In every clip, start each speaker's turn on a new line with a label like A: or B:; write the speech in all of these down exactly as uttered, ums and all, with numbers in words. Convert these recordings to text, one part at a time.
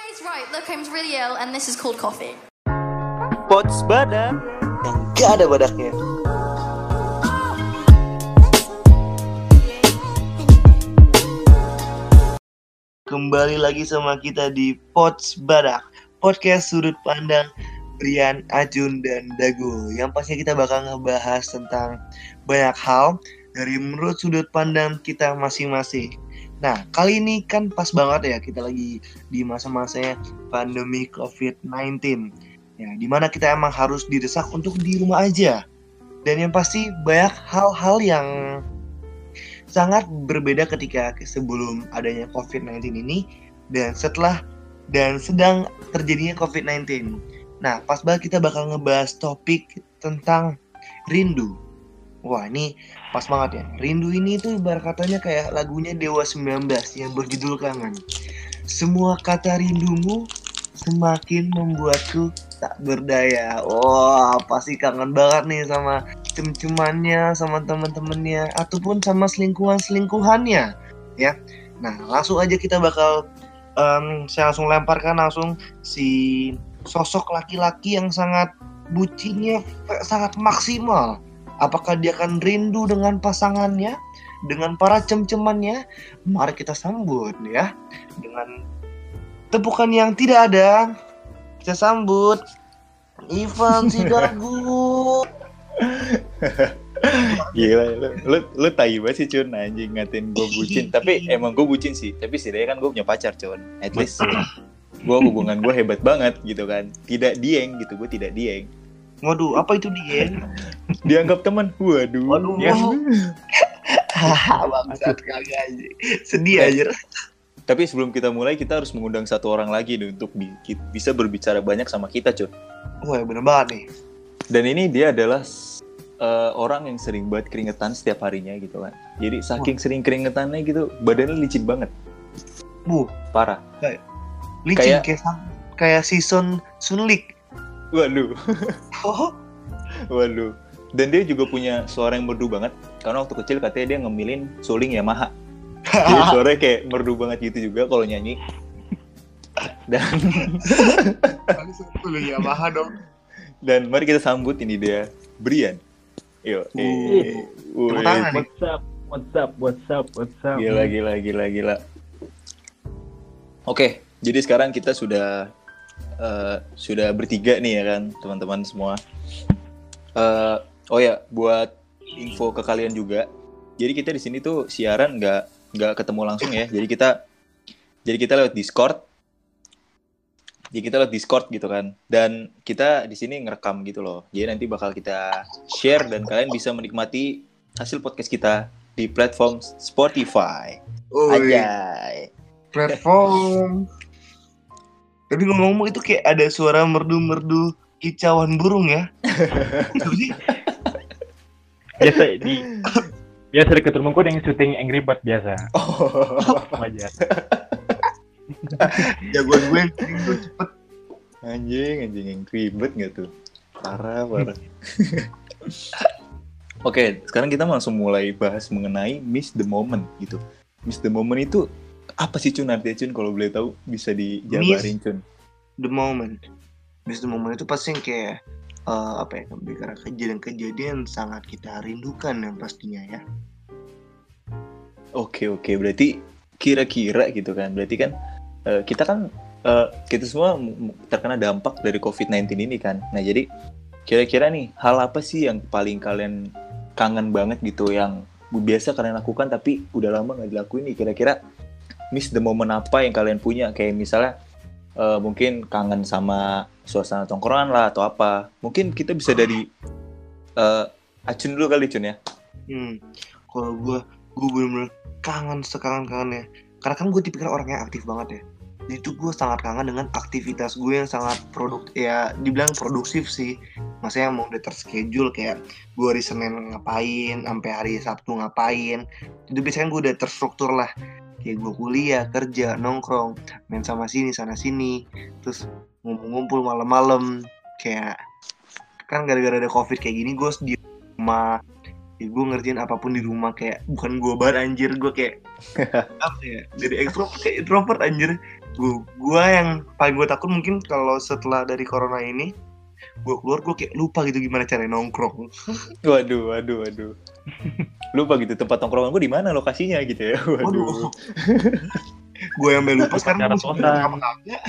A: He's right, Lookham's really ill and this is called coffee.
B: Pots badak yang gak ada badaknya. Kembali lagi sama kita di Pots Badak, podcast sudut pandang Brian, Ajun, dan Dago. Yang pastinya kita bakal ngebahas tentang banyak hal dari menurut sudut pandang kita masing-masing. Nah, kali ini kan pas banget ya, kita lagi di masa-masanya pandemi covid sembilan belas. Ya, dimana kita emang harus didesak untuk di rumah aja. Dan yang pasti banyak hal-hal yang sangat berbeda ketika sebelum adanya covid sembilan belas ini dan setelah dan sedang terjadinya covid sembilan belas. Nah, pas banget kita bakal ngebahas topik tentang rindu. Wah, ini pas banget ya. Rindu ini tuh ibarat katanya kayak lagunya Dewa sembilan belas yang berjudul Kangen. Semua kata rindumu semakin membuatku tak berdaya. Wah, pasti kangen banget nih sama cem-cemannya, sama teman-temannya, ataupun sama selingkuhan-selingkuhannya, ya. Nah, langsung aja kita bakal um, saya langsung lemparkan langsung si sosok laki-laki yang sangat bucinnya sangat maksimal. Apakah dia akan rindu dengan pasangannya, dengan para cem-cemannya? Mari kita sambut ya dengan tepukan yang tidak ada. Kita sambut Ivan si Dago.
C: Gila, lu, lu, lu tai banget sih Cun, anjing ngatain gue bucin. Tapi emang gue bucin sih, tapi setidaknya kan gue punya pacar Cun. At least gue hubungan gue hebat banget gitu kan. Tidak dieng gitu, gue tidak dieng.
B: Waduh, apa itu dieng?
C: Dianggap teman, waduh.
B: Waduh,
C: ya.
B: Hahaha, bangsat kali aja. Sedih aja.
C: Tapi sebelum kita mulai, kita harus mengundang satu orang lagi nih untuk bi- bisa berbicara banyak sama kita Cun.
B: Wah, bener banget nih.
C: Dan ini dia adalah uh, orang yang sering banget keringetan setiap harinya gitu kan. Jadi saking Wah. sering keringetannya gitu, badannya licin banget.
B: Bu,
C: parah.
B: Kayak licin kayak kayak, kayak si Sun Sunlik.
C: Waduh.
B: Oh.
C: Waduh. Dan dia juga punya suara yang merdu banget. Karena waktu kecil katanya dia ngemilin suling Yamaha. Jadi suaranya kayak merdu banget gitu juga kalau nyanyi. Dan
B: suling Yamaha dong.
C: Dan mari kita sambut ini dia, Brian. Yo, eh,
D: what's up, what's up, what's up, what's up.
C: Gila, gila, gila, gila. Oke, jadi sekarang kita sudah uh, sudah bertiga nih ya kan, teman-teman semua. Uh, oh ya, buat info ke kalian juga. Jadi kita di sini tuh siaran nggak nggak ketemu langsung ya. Jadi kita jadi kita lewat Discord. Jadi kita lewat Discord gitu kan. Dan kita di sini ngerekam gitu loh. Jadi nanti bakal kita share dan kalian bisa menikmati hasil podcast kita di platform Spotify. Anjay.
B: Platform. Tapi ngomong-ngomong itu kayak ada suara merdu-merdu kicauan burung ya.
D: Biasa di biasa deket rumahku ada yang syuting Angry Bird biasa.
C: Oh.
D: Wajar.
B: Jagoan gue itu cepet.
C: Anjing, anjing yang ribet gak tuh? Parah, parah. Oke, sekarang kita langsung mulai bahas mengenai miss the moment gitu. Miss the moment itu apa sih Cun artinya Cun? Kalau boleh tahu bisa dijabarin Cun.
B: The moment. Miss the moment itu pasti kayak uh, apa ya? Karena kejadian-kejadian sangat kita rindukan yang pastinya ya.
C: Oke, oke. Berarti kira-kira gitu kan. Berarti kan uh, kita kan uh, kita semua terkena dampak dari covid sembilan belas ini kan. Nah, jadi kira-kira nih hal apa sih yang paling kalian kangen banget gitu yang biasa kalian lakukan tapi udah lama nggak dilakuin nih, kira-kira miss the moment apa yang kalian punya? Kayak misalnya uh, mungkin kangen sama suasana tongkrongan lah atau apa. Mungkin kita bisa dari uh, Acun dulu kali Cun ya.
B: Hmm, kalau gue gue bener-bener kangen sekarang-kangen ya. Karena kan gue tipikal orang yang aktif banget ya. Jadi tuh gue sangat kangen dengan aktivitas gue yang sangat produk ya, dibilang produktif sih. Maksudnya mau udah terschedule kayak gue hari Senin ngapain, sampai hari Sabtu ngapain. Itu biasanya gue udah terstruktur lah. Kayak gue kuliah, kerja, nongkrong, main sama sini, sana sini. Terus ngumpul-ngumpul malam-malam. Kayak kan gara-gara ada covid kayak gini gue di rumah. ya gue ngerjain apapun di rumah, kayak bukan gue bar anjir, gue kayak apa ya, dari extrovert ke introvert anjir. Gue gue yang paling gue takut mungkin kalau setelah dari corona ini gue keluar, gue kayak lupa gitu gimana cara nongkrong.
C: Waduh, waduh, waduh. Lupa gitu tempat nongkrongan gue di mana lokasinya gitu ya. Waduh.
B: Waduh. Gue yang lupa sekarang gue sebenarnya apa kagak.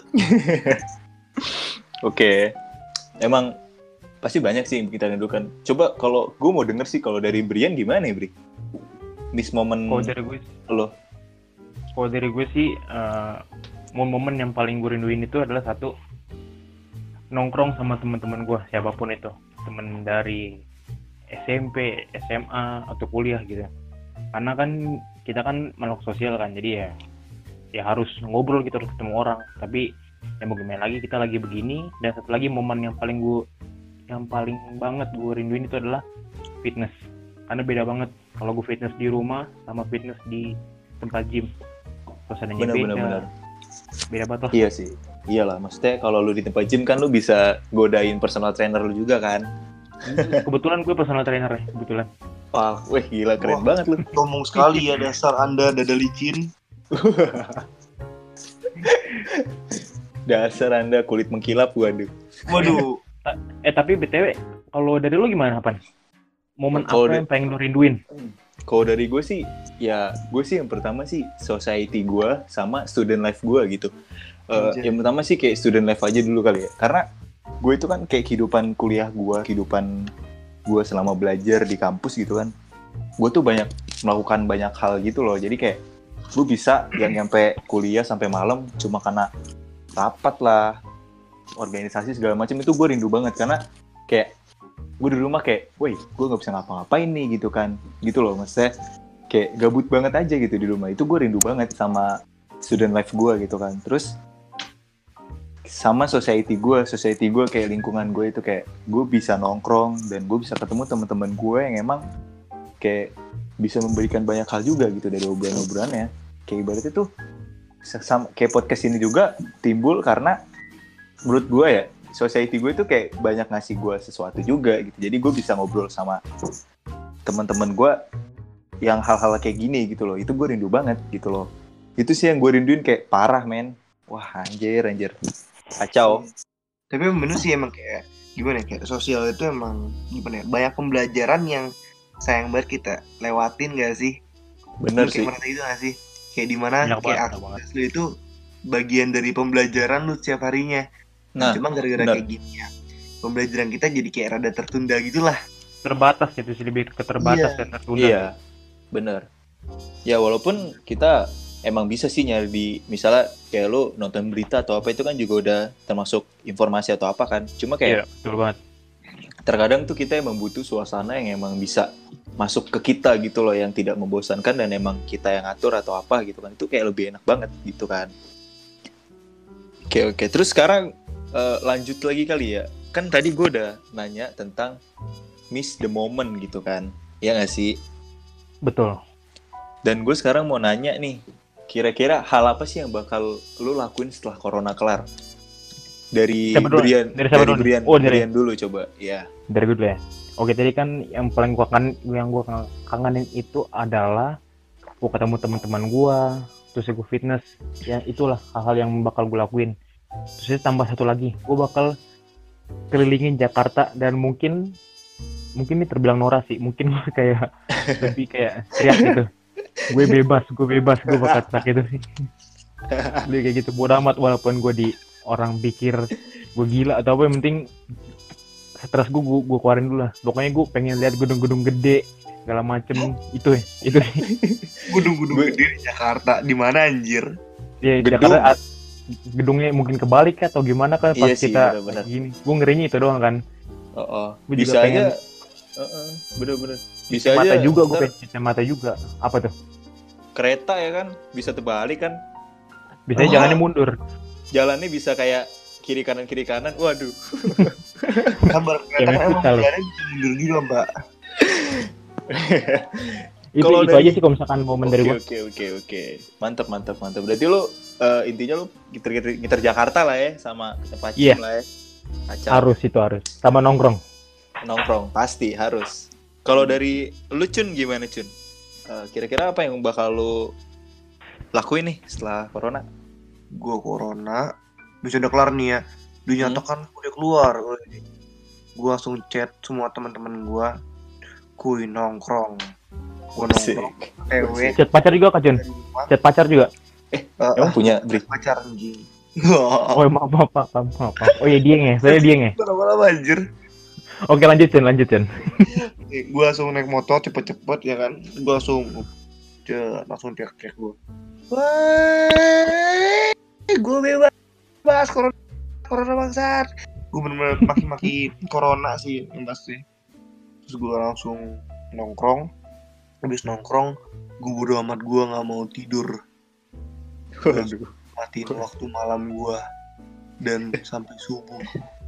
C: Oke. Emang pasti banyak sih yang kita rindukan. Coba kalau gue mau denger sih kalau dari Brian gimana ya, Bri? Miss momen
D: Kalau dari gue,
C: lo.
D: kalau dari gue sih, uh, momen-momen yang paling gue rinduin itu adalah satu, nongkrong sama teman-teman gue, siapapun itu, temen dari S M P, S M A atau kuliah gitu. Karena kan kita kan makhluk sosial kan, jadi ya, ya harus ngobrol gitu, harus ketemu orang. Tapi ya mau gimana lagi, kita lagi begini. Dan satu lagi momen yang paling gue yang paling banget gue rinduin itu adalah fitness. Karena beda banget kalau gue fitness di rumah sama fitness di tempat gym. Suasananya beda.
C: Bener-bener.
D: Beda banget lah.
C: Iya sih. Iyalah, maksudnya kalau lu di tempat gym kan lu bisa godain personal trainer lu juga kan.
D: Kebetulan gue personal trainer ya, kebetulan.
C: Wah, weh gila keren
B: Wah.
C: banget lu.
B: Ngomong sekali ya, dasar Anda dada licin.
C: Dasar Anda kulit mengkilap, waduh.
B: Waduh.
D: Eh tapi B T W, kalau dari lu gimana, Pan? Momen
C: Kalau
D: apa
C: da-
D: yang pengen lu rinduin?
C: Kalau dari gue sih, ya gue sih yang pertama sih society gue sama student life gue gitu. Uh,
B: Anjir.
C: yang pertama sih kayak student life aja dulu kali ya. Karena gue itu kan kayak kehidupan kuliah gue, kehidupan gue selama belajar di kampus gitu kan. Gue tuh banyak melakukan banyak hal gitu loh. Jadi kayak gue bisa yang nyampe kuliah sampai malam cuma karena rapat lah, organisasi segala macam. Itu gue rindu banget karena kayak gue di rumah kayak, woi, gue nggak bisa ngapa-ngapain nih gitu kan, gitu loh, maksudnya kayak gabut banget aja gitu di rumah. Itu gue rindu banget sama student life gue gitu kan. Terus sama society gue, society gue kayak lingkungan gue itu kayak gue bisa nongkrong dan gue bisa ketemu teman-teman gue yang emang kayak bisa memberikan banyak hal juga gitu dari obrolan-obrolannya. Kayak ibaratnya tuh sama, kayak podcast ini juga timbul karena menurut gue ya, society gue itu kayak banyak ngasih gue sesuatu juga gitu. Jadi gue bisa ngobrol sama teman-teman gue yang hal-hal kayak gini gitu loh. Itu gue rindu banget gitu loh. Itu sih yang gue rinduin kayak parah, men. Wah, anjir, anjir. Kacau.
B: Tapi bener sih emang kayak gimana ya, kayak sosial itu emang gimana ya, banyak pembelajaran yang sayang banget kita lewatin gak sih?
C: Bener
B: Lu
C: sih.
B: kayak merasa itu gak sih? Kayak dimana
D: Banyak
B: kayak
D: banget,
B: aktivitas lu itu bagian dari pembelajaran lu setiap harinya.
C: Nah,
B: Cuma gara-gara
C: bener.
B: kayak gini ya, pembelajaran kita jadi kayak rada tertunda gitulah.
D: Terbatas gitu sih, lebih ke terbatas
B: Iya.
D: dan tertunda.
C: Iya, bener. Ya walaupun kita emang bisa sih nyari di, misalnya kayak lu nonton berita atau apa itu kan juga udah termasuk informasi atau apa kan. Cuma
D: Iya,
C: kayak
D: betul banget.
C: terkadang tuh kita emang butuh suasana yang emang bisa masuk ke kita gitu loh, yang tidak membosankan dan emang kita yang atur atau apa gitu kan. Itu kayak lebih enak banget gitu kan. Oke oke, terus sekarang uh, lanjut lagi kali ya. Kan tadi gue udah nanya tentang miss the moment gitu kan. Ya nggak sih?
D: Betul.
C: Dan gue sekarang mau nanya nih, kira-kira hal apa sih yang bakal lu lakuin setelah corona kelar? Dari
D: Siapa dulu?
C: Brian,
D: Dari siapa dulu?
C: Brian,
D: Oh, dari-
C: Brian dulu coba. Ya.
D: Dari gue dulu ya. Oke, tadi kan yang paling gua kangen, yang gua kangenin itu adalah gua ketemu teman-teman gua, terus gua fitness. Ya itulah hal-hal yang bakal gua lakuin. Terus tambah satu lagi, gua bakal kelilingin Jakarta dan mungkin mungkin ini terbilang norak sih, mungkin gua kayak lebih kayak teriak gitu. Gue bebas, gue bebas, gue bakal teriak gitu sih. Lebih kayak gitu, bodo amat walaupun gue di orang pikir gue gila atau apa, yang penting stres gue gue, gue keluarin dulu lah. Pokoknya gue pengen lihat gedung-gedung gede segala macem itu ya, itu sih.
B: Gedung-gedung
C: Gue-
B: gede di Jakarta, di mana anjir?
D: Ya
C: Gedung.
D: Jakarta at- gedungnya mungkin kebalik atau gimana kan pas
C: Iya sih,
D: kita
C: benar-benar.
D: gini. Gue ngerinya itu doang kan.
C: Oh, oh.
D: Gue juga
C: Bisa
D: pengen-
C: aja. Uh-uh, bener-bener. Bisa
D: Mata
C: aja.
D: juga gue
C: ntar
D: pengen cuci mata juga. Apa tuh?
C: kereta ya kan, bisa terbalik kan.
D: Biasanya
B: Oh.
D: jalannya mundur.
C: Jalannya bisa kayak kiri kanan kiri kanan. Waduh.
B: Kabar kereta
D: Yang
B: kan emang
D: futsal.
B: jalannya bisa mundur juga, Mbak.
D: Itu
C: Kalau
D: itu
C: dari-
D: aja sih kalau misalkan momen dari
C: Oke
D: gue.
C: oke oke oke. Mantap mantap mantap. Berarti lu eh, intinya lu ngiter ngiter Jakarta lah ya, sama tempat gym
D: Iya.
C: lah ya. Kacau.
D: Harus itu harus. Sama nongkrong.
C: Nongkrong pasti harus. Kalau dari lu Cun gimana Cun? Uh, kira-kira apa yang bakal lu lakuin nih setelah corona?
B: Gue corona, bisa udah kelar nih ya. Dinyatakan hmm. udah keluar. Gue langsung chat semua teman-teman gue. Kui nongkrong. Gue nongkrong. Ewe.
D: Chat pacar juga Kak Jun? Chat pacar juga?
C: Eh, uh, emang uh, punya Dri?
B: Pacar anjing.
D: Oh maaf maaf maaf maaf maaf. Oh iya dia nge, saya dia nge.
B: Lama-lama anjir.
D: Oke lanjut Cun, lanjut Cun.
B: Gue langsung naik motor cepet-cepet ya kan. Gue langsung J- langsung teriak-teriak gue. Wah, gue bebas corona, corona bangsat. Gue bener-bener maki-maki corona sih yang pasti. Terus gue langsung nongkrong. Habis nongkrong, gue bodo amat, gue nggak mau tidur.
C: Waduh.
B: Matiin waktu malam gue dan sampai subuh.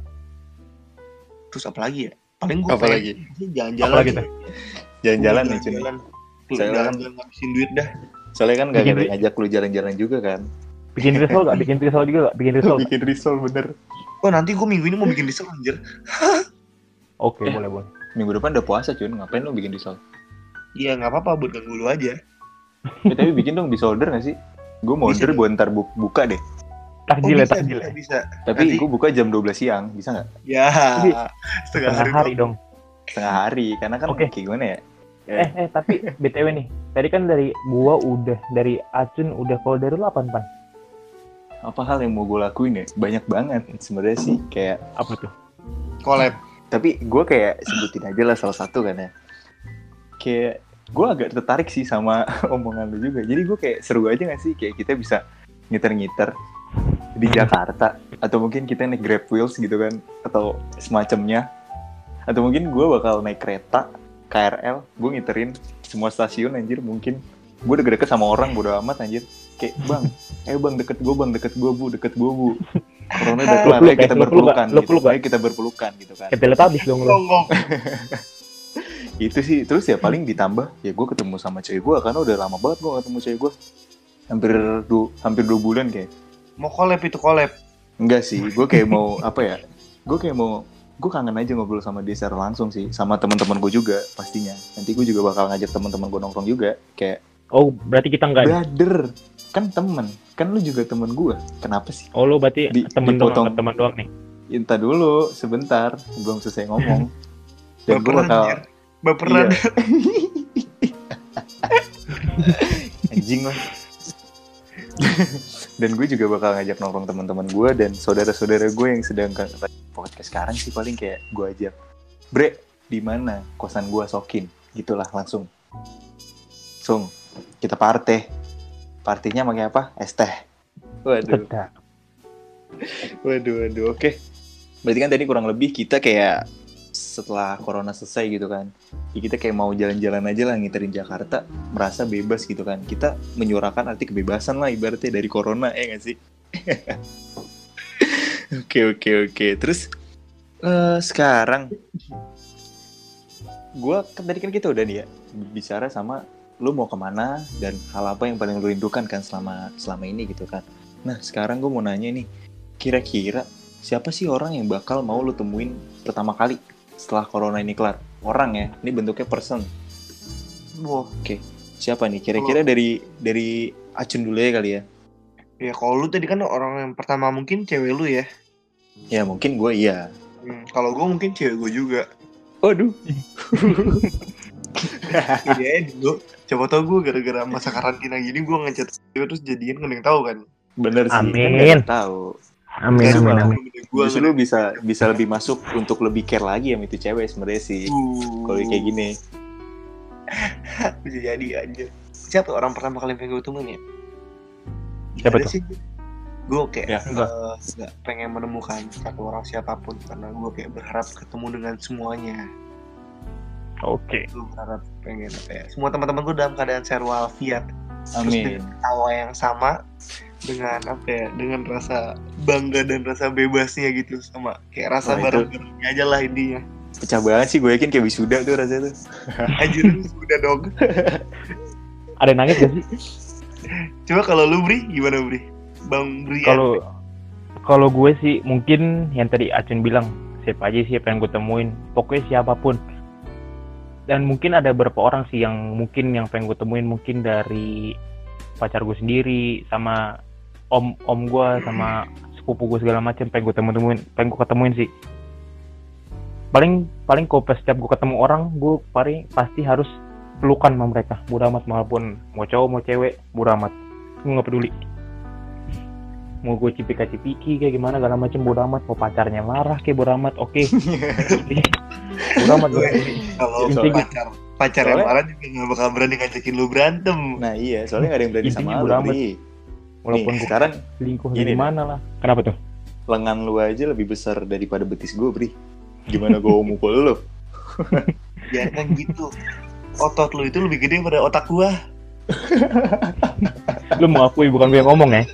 B: Terus apa lagi ya? Paling gue
C: apa lagi?
B: Jalan-jalan.
D: Apa lagi tuh?
C: Jalan-jalan nih Cun.
B: Soalnya kan ngabisin duit dah.
C: Soalnya kan gak ada ngajak lu jalan-jalan juga kan.
D: Bikin risol gak? Bikin risol juga gak? Bikin risol
C: bikin risol bener.
B: Oh nanti gue minggu ini mau bikin risol anjir.
D: Oke
C: eh,
D: boleh boleh.
C: Minggu depan udah puasa Cun. Ngapain lu bikin risol?
B: Iya gak apa-apa buat ganggu lu aja.
C: Ya, tapi bikin dong, bisa order gak sih? Gue mau order buat ntar bu- buka deh.
D: Takjil
B: oh,
D: ya, takjil
B: bisa, bisa.
C: Tapi gue buka jam dua belas siang, bisa gak?
B: Ya,
D: setengah hari, hari dong.
C: Setengah hari, karena kan
D: okay.
C: kayak gimana ya? ya?
D: Eh, eh, tapi B T W nih, tadi kan dari gua udah, dari Acun udah, kalau dari lu apaan, Pan?
C: Apa hal yang mau gue lakuin ya? Banyak banget sebenarnya sih, kayak...
D: Apa tuh?
B: Collab.
C: Tapi gue kayak sebutin aja lah salah satu kan ya. Kayak, gue agak tertarik sih sama omongan lu juga. Jadi gue kayak seru aja gak sih? Kayak kita bisa ngiter-ngiter di Jakarta, atau mungkin kita naik Grab Wheels gitu kan, atau semacamnya, atau mungkin gue bakal naik kereta K R L, gue ngiterin semua stasiun anjir. Mungkin gue deket-deket sama orang bodo amat anjir, kayak bang, eh bang deket gue bang, deket gue bu, deket gue bu, corona udah kelar, ayo kita berpelukan gitu, ayo kita berpelukan gitu kan.
D: Kayak Teletubbies dong lo.
C: Itu sih, terus ya paling ditambah ya gue ketemu sama cewek gue, karena udah lama banget gue ketemu cewek gue, hampir du, hampir dua bulan kayak.
B: Mau collab itu collab?
C: Enggak sih, gue kayak mau apa ya? Gue kayak mau, gue kangen aja ngobrol sama dia secara langsung sih, sama teman-teman gue juga pastinya. Nanti gue juga bakal ngajak teman-teman gue nongkrong juga, kayak.
D: Oh, berarti kita enggak?
C: Brother, kan teman, kan lu juga teman gue. Kenapa sih?
D: Oh, lu berarti di, temen
C: dipotong
D: doang, teman doang nih?
C: Entah dulu, sebentar, belum selesai ngomong. Dan gue bakal.
B: Baperan.
C: Iya. Anjing lah. Dan gue juga bakal ngajak nongkrong teman-teman gue dan saudara-saudara gue yang sedang podcast sekarang sih, paling kayak gue ajak, bre, di mana kosan gue Sokin, gitulah langsung. Sung, kita party. Partinya pakai apa? Es teh. Waduh. Waduh, waduh. Oke. Berarti kan tadi kurang lebih kita kayak setelah corona selesai gitu kan, ya kita kayak mau jalan-jalan aja lah, ngiterin Jakarta, merasa bebas gitu kan. Kita menyuarakan arti kebebasan lah ibaratnya dari corona, ya gak sih? Oke oke oke. Terus uh, sekarang gue kan tadi kan kita udah nih ya bicara sama lu mau kemana dan hal apa yang paling lu rindukan kan selama selama ini gitu kan. Nah sekarang gue mau nanya nih, kira-kira siapa sih orang yang bakal mau lu temuin pertama kali setelah corona ini kelar? Orang ya, ini bentuknya person.
B: Wah,
C: oke. Okay. Siapa nih? Kira-kira dari dari Acun dulu ya kali ya?
B: Ya kalau lu tadi kan orang yang pertama mungkin cewek lu ya.
C: Ya mungkin gue iya.
B: Hmm, kalau gue mungkin cewek gue juga.
C: Waduh.
B: Iya dulu. Coba tau gue gara-gara masa karantina gini gue ngechat terus jadian kan yang tahu kan.
C: Bener sih.
D: Amin.
C: Kan tahu.
D: Amin,
C: ya,
D: amin, amin.
C: Justru lu bisa bisa lebih masuk untuk lebih care lagi sama itu cewek sebenarnya sih. Uh. Kalau kayak gini.
B: Bisa jadi aja. Siapa orang pertama kali pengen gue temuin ya?
D: Siapa tuh?
B: Sih, gue kayak
C: ya,
B: enggak. Uh, enggak pengen menemukan satu orang siapapun, karena gue kayak berharap ketemu dengan semuanya.
D: Oke.
B: Okay. Gue berharap pengen apa ya? Semua teman-teman gue dalam keadaan sehat walafiat.
C: Amin.
B: Terus dengan tawa yang sama, dengan apa ya, dengan rasa bangga dan rasa bebasnya gitu, sama kayak rasa oh, bareng-barengnya aja lah intinya.
C: Pecah banget sih, gue yakin kayak wisuda tuh rasanya tuh.
B: Anjir, wisuda dong.
D: Ada nangis gak sih?
B: Coba kalau lu Bri, gimana Bri? Bang Bri.
D: Kalau kalau gue sih mungkin yang tadi Acun bilang, siapa aja sih yang pengen gue temuin, pokoknya siapapun. dan mungkin ada beberapa orang sih yang mungkin yang pengen gue temuin, mungkin dari pacar gue sendiri, sama om om gue, sama sepupu gue segala macam, pengen gue temuin pengen gue ketemuin sih. Paling paling kalau pas setiap gue ketemu orang, gue paling pasti harus pelukan sama mereka, bodo amat, walaupun mau cowok mau cewek, bodo amat, gue nggak peduli. Mau gue cipika-cipiki kayak gimana segala macam, bodo amat. Mau pacarnya marah kayak bodo amat, oke. Okay. Bodo amat gue.
B: Kalau
D: Intinya-
B: pacar pacar yang
C: Soalnya-
B: marah juga nggak bakal berani ngajakin lu berantem.
C: Nah iya, soalnya nggak ada yang berani
D: Intinya
C: sama lu,
D: bodo amat.
C: Bri.
D: Walaupun
C: Nih,
D: gue
C: sekarang
D: selingkuh
C: gini
D: dari mana lah. Kenapa tuh?
C: lengan lu aja lebih besar daripada betis gue, Bri. Gimana gue mau mukul lu?
B: Ya kan gitu. Otot lu itu lebih gede pada otak gua.
D: Lu mau akui, bukan gue yang ngomong ya.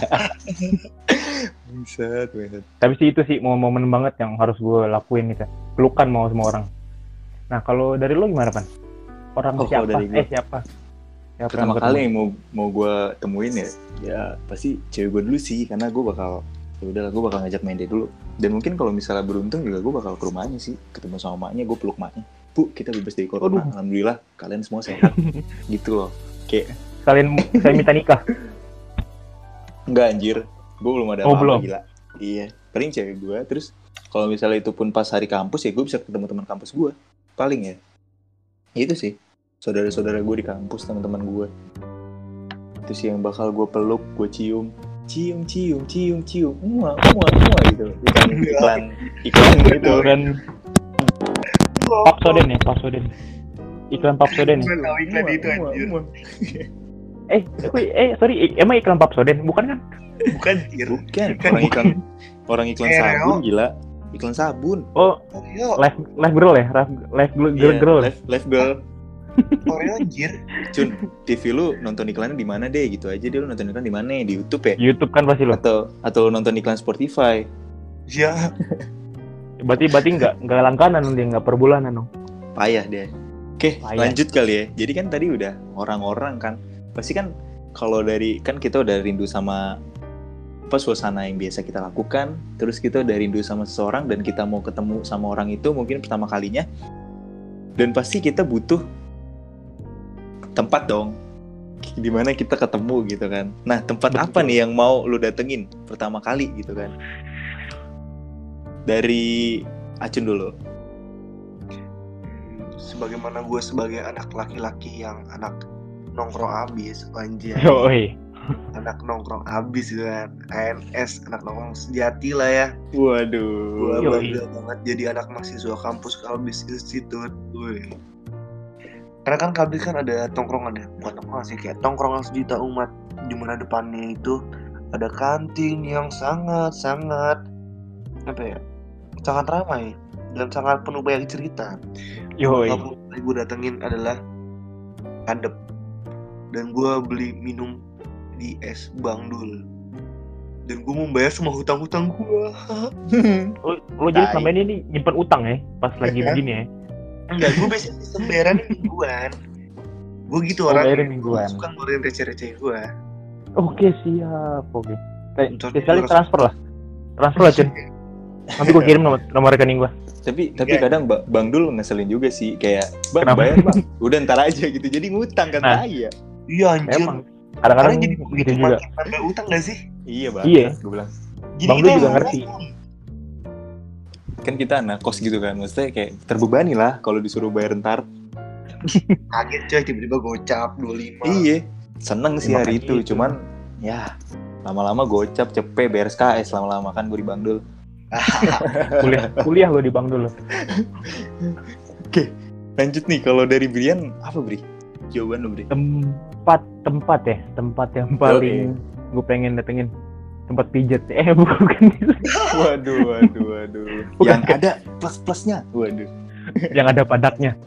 C: Buset, buset.
D: Tapi sih itu sih momen banget yang harus gue lakuin gitu. Pelukan mau semua orang. Nah kalau dari lu gimana, Pan? Orang
C: Oh,
D: siapa?
C: kalau dari gua.
D: Eh siapa? Siapa
C: Pertama
D: yang
C: kali
D: ketemu?
C: yang mau mau gue temuin ya, ya pasti cewek gue dulu sih, karena gue bakal ya udahlah gue bakal ngajak main dia dulu. Dan mungkin kalau misalnya beruntung juga gue bakal ke rumahnya sih, ketemu sama maknya, gue peluk maknya. Bu, kita bebas dari corona,
D: Aduh.
C: alhamdulillah kalian semua sehat. Gitu loh. Kayak
D: Kalian saya minta nikah.
C: enggak anjir, gue belum ada
D: Oh,
C: apa-apa,
D: belum?
C: gila. Iya, paling cewek gue. Terus kalau misalnya itu pun pas hari kampus ya gue bisa ketemu teman kampus gue. Paling ya. Itu sih. Saudara-saudara gue di kampus, teman-teman gue. Itu sih yang bakal gue peluk, gue cium. Cium, cium, cium, cium. Mua, mua, mua gitu. Iklan, iklan, iklan gitu.
D: Dan Papsoden ya, Papsoden. Iklan Papsoden ya.
B: Gua tahu iklan itu
C: Mua,
B: anjir.
C: mua.
D: Eh, aku, eh sorry, ik- emang iklan Papsoden bukan kan?
B: Bukan anjir.
C: Bukan,
B: Bukan.
C: orang iklan, orang iklan
B: Eh,
C: sabun gila. Iklan sabun.
D: Oh,
B: Oreo,
D: live live girl ya, live live girl, girl,
C: Iya,
D: girl.
C: live, live girl.
B: Oreo anjir.
C: Cun, T V lu nonton iklannya di mana deh gitu aja, dia lu nonton iklan di mana, di YouTube ya?
D: YouTube kan pasti lo.
C: Atau atau lu nonton iklan Spotify?
B: Ya,
D: Berarti berarti nggak nggak langganan dia, nggak per bulanan dong.
C: Payah deh. Oke,
D: Payah.
C: lanjut kali ya. Jadi kan tadi udah orang-orang kan, pasti kan kalau dari kan kita udah rindu sama apa suasana yang biasa kita lakukan, terus kita udah rindu sama seseorang dan kita mau ketemu sama orang itu mungkin pertama kalinya, dan pasti kita butuh tempat dong di mana kita ketemu gitu kan. Nah, tempat
D: Betul.
C: apa nih yang mau lu datengin pertama kali gitu kan? Dari Acun dulu.
B: sebagaimana gue sebagai anak laki-laki yang anak nongkrong abis, anjir.
D: Yoi.
B: Anak nongkrong abis kan, A N S, anak nongkrong sejati lah ya.
C: Waduh.
B: Gue
D: Yoi.
B: bangga banget jadi anak mahasiswa kampus Kalbis Institute. Wih. Karena kan Kalbis kan ada tongkrongan ya, bukan tongkrongan sih, kayak tongkrongan sejuta umat. Di mana depannya itu ada kantin yang sangat-sangat apa ya, sangat ramai dan sangat penuh banyak cerita.
D: Yoi.
B: Yang gue datengin adalah Andep, dan gue beli minum di es Bang Dul, dan gue membayar semua hutang-hutang gue.
D: Lo, lo jadi
C: Tai.
D: selama ini nih nyimpen utang ya, pas lagi begini ya.
B: Enggak, gue biasanya sistem bayarannya mingguan. Gue gitu
D: Oh,
B: orang
D: bayarin mingguan.
B: suka ngeluarin receh-receh gue.
D: Oke siap, oke. Eh,
B: Ntar
D: sekali
B: dia
D: transfer lah, transfer lah Cun. Nanti gue kirim nomor, nomor rekening gue.
C: Tapi tapi
B: Enggak.
C: kadang Ba- Bang Dul ngeselin juga sih, kayak Bang
D: Kenapa?
C: bayar Bang, udah ntar aja gitu, jadi ngutang kan.
D: Nah.
C: Tai ya.
B: Iya anjir.
D: Emang
B: Karena
D: kadang-kadang
B: jadi
D: gitu
B: begitu
D: juga.
B: makin nambah utang gak sih?
C: Iya Bang,
D: Iya.
C: gue bilang.
B: Jadi
D: Bang
B: kita
D: Dul juga
B: yang
D: ngerti.
B: ngomong.
C: Kan kita anak kos gitu kan, maksudnya kayak terbebani lah kalau disuruh bayar ntar.
B: Kaget coy, tiba-tiba gocap dua puluh lima.
C: Iya, seneng sih
D: Ya,
C: hari
D: makanya
C: itu,
D: itu.
C: cuman ya lama-lama gocap, cepet, bayar S K S lama-lama kan gue di Bang Dul.
D: Kuliah kuliah lo di Bang dulu.
C: Oke, lanjut nih, kalau dari Brian apa Bri? Jawaban lu Bri?
D: Tempat tempat ya, tempat yang paling gue pengen datengin, tempat pijat. Eh bukan itu.
C: Waduh, waduh, waduh.
D: Bukan,
C: Yang
D: kan?
C: ada plus-plusnya. Waduh.
D: Yang ada padaknya.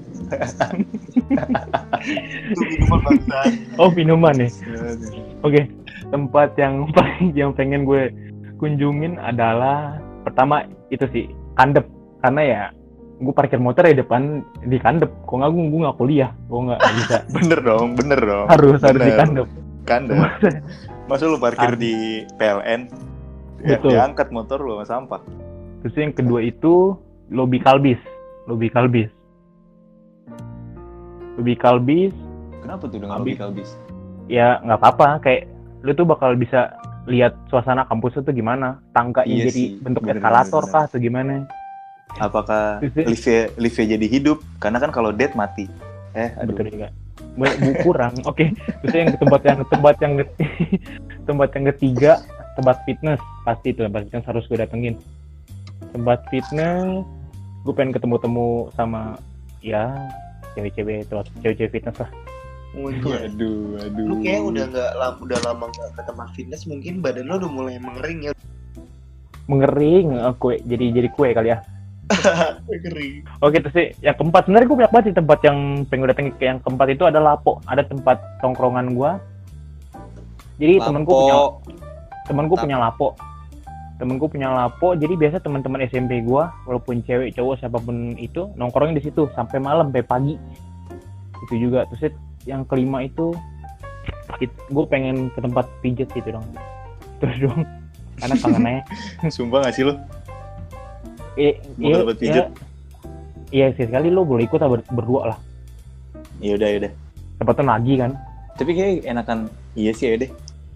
B: Itu minuman bangsa.
D: Oh minuman ya.
C: Waduh.
D: Oke, tempat yang paling yang pengen gue kunjungin adalah pertama itu sih Kandep, karena ya gue parkir motor di depan di Kandep. Kok nggak gue gue nggak kuliah, gue nggak bisa.
C: Bener dong, bener dong.
D: harus harus di
C: Bener.
D: Kandep.
C: Kan dah. Masa lu parkir
D: Kan.
C: di P L N? Ya,
D: Betul.
C: diangkat motor lu sama sampah.
D: Terus yang kedua itu Lobi Kalbis, Lobi Kalbis. Baby Kalbis.
C: Kenapa tuh dengan
D: Kalbis?
C: Baby Kalbis?
D: Ya nggak apa-apa, kayak lu tuh bakal bisa lihat suasana kampus itu gimana, tangganya
C: Iya
D: jadi
C: sih,
D: bentuk
C: bener,
D: eskalator
C: bener,
D: kah atau gimana?
C: Apakah
D: Terus dia-
C: lift lift jadi hidup? Karena kan kalau dead mati. Eh, aduh.
D: Betul juga. Bu, bu kurang. Oke. Terus yang ke tempat yang tempat yang tempat yang ketiga, tempat fitness. Pasti itu tempat fitness harus gue datengin. Tempat fitness, gue pengen ketemu-temu sama ya cewek-cewek itu, cewek-cewek fitness lah.
B: Mungkin.
C: Aduh, aduh.
B: Lu kayak udah nggak lam- udah lama nggak ke tempat fitness, mungkin badan lu udah mulai mengering ya.
D: Mengering, eh, kue jadi jadi kue kali ya.
B: Mengering.
D: Oke, terus sih yang keempat, sebenarnya gue banyak banget sih tempat yang pengen gue datengin. Yang keempat itu ada Lapo, ada tempat tongkrongan gue. Jadi temenku punya temenku
C: Mantap.
D: punya Lapo. Temenku punya Lapo, jadi biasa teman-teman S M P gue, walaupun cewek cowok siapapun itu nongkrongnya di situ sampai malam, sampai pagi. Itu juga. Terus yang kelima itu, gue pengen ke tempat pijet gitu dong. Terus dong, karena kangen aja.
C: Sumpah gak sih lo?
D: Eh,
C: Mau ke
D: iya,
C: tempat pijet?
D: Iya, iya sekali lo boleh ikut lah ber- berdua lah.
C: Ya udah, ya udah.
D: Tempatnya lagi kan.
C: Tapi kayak enakan iya sih ya deh.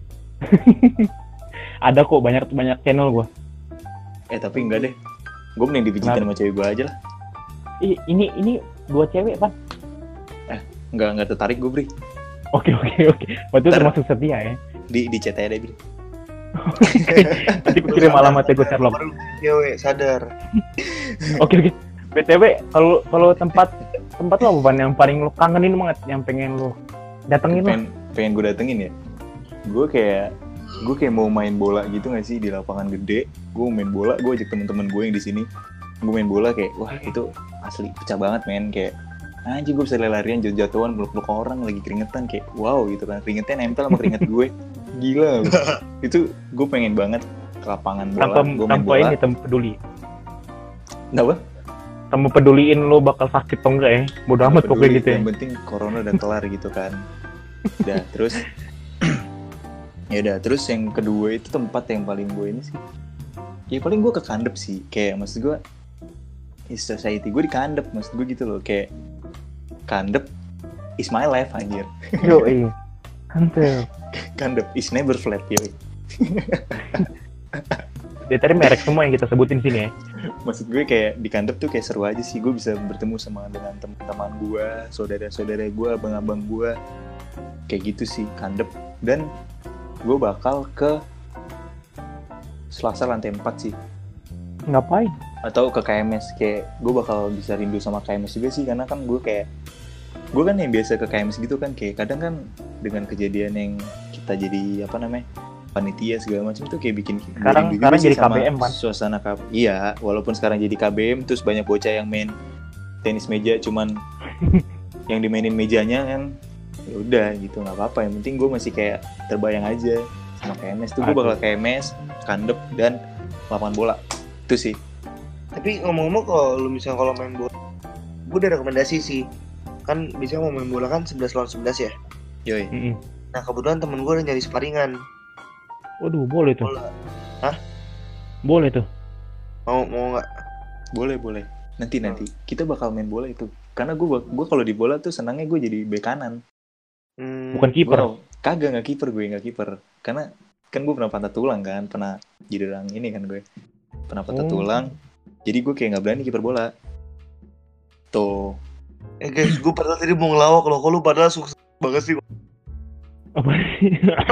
D: Ada kok banyak banyak channel gue.
C: Eh tapi enggak deh. Gue mending dipijitin sama cewek gue aja lah.
D: Ih, ini ini dua cewek pan.
C: Enggak enggak tertarik gue, Bri.
D: Oke oke oke. Berarti
C: Ntar.
D: termasuk setia ya.
C: Di di chat aja deh, Bri.
D: Nanti gue kirim alamatnya gue Sherlock.
B: Baru cewek sadar.
D: Oke oke. B T W kalau kalau tempat tempat lo apa Pan, yang paling lo kangenin banget, yang pengen lo datengin lah.
C: Pengen pengen gue datengin ya. Gue kayak gue kayak mau main bola gitu nggak sih di lapangan gede. Gue main bola, gue ajak temen-temen gue yang di sini. Gue main bola kayak wah itu asli pecah banget men, kayak anjir gue bisa lari-larian jatuh-jatuhan peluk-peluk orang lagi keringetan kayak wow gitu kan, keringetnya nempel sama keringet gue gila loh. Itu gue pengen banget ke lapangan bola,
D: Tanpa
C: gue main
D: tanpa
C: bola.
D: ini tanpa peduli.
C: Kenapa?
D: Tanpa peduliin lo bakal sakit atau enggak ya. Bodoh amat pokoknya
C: Peduli,
D: gitu ya.
C: yang penting corona udah kelar gitu kan. Udah terus ya udah terus yang kedua itu tempat yang paling gue ini sih ya paling gue ke Kandep sih, kayak maksud gue is society gue di Kandep, maksud gue gitu loh, kayak Kandep is my life anjir.
D: Yo iya. Mantap.
C: Kandep is never flat yo.
D: Dia tadi merek semua yang kita sebutin sini ya.
C: Maksud gue kayak di Kandep tuh kayak seru aja sih, gue bisa bertemu sama dengan teman-teman gue, saudara-saudara gue, abang-abang gue, kayak gitu sih Kandep. Dan gue bakal ke Selasa lantai empat sih,
D: Ngapain?
C: atau ke K M S, kayak gue bakal bisa rindu sama K M S juga sih, karena kan gue kayak gue kan yang biasa ke K M S gitu kan, kayak kadang kan dengan kejadian yang kita jadi apa namanya panitia segala macam tuh kayak bikin gue
D: Sekarang-
C: rindu juga
D: sekarang
C: sih
D: jadi
C: sama
D: K B M, Pan.
C: suasana K B M. Iya, walaupun sekarang jadi K B M terus banyak bocah yang main tenis meja cuman yang dimainin mejanya kan ya udah gitu, nggak apa-apa, yang penting gue masih kayak terbayang aja sama K M S tuh. Gue bakal K M S, Kandep, dan lapangan bola itu sih.
B: Tapi ngomong-ngomong kalau lu misalnya kalau main bola, gue ada rekomendasi sih. Kan biasanya mau main bola kan sebelas lawan sebelas ya.
C: Yoi.
D: Mm-mm.
B: Nah kebetulan temen gue udah nyari sparingan.
D: Waduh, boleh tuh.
B: Bola.
D: Boleh tuh.
B: Mau mau nggak?
C: Boleh boleh. Nanti nanti kita bakal main bola itu. Karena gue gue kalau di bola tuh senangnya gue jadi bek kanan.
B: Hmm,
D: Bukan kiper.
C: Gua- kagak nggak kiper gue nggak kiper. Karena kan gue pernah patah tulang kan, pernah jadi orang ini kan gue. Pernah patah
D: Oh.
C: tulang. Jadi gue kayak nggak berani kiper bola. Tuh.
B: Eh guys, gue padahal tadi mau ngelawak loh. Kok lu padahal sukses banget sih.
D: Apa sih?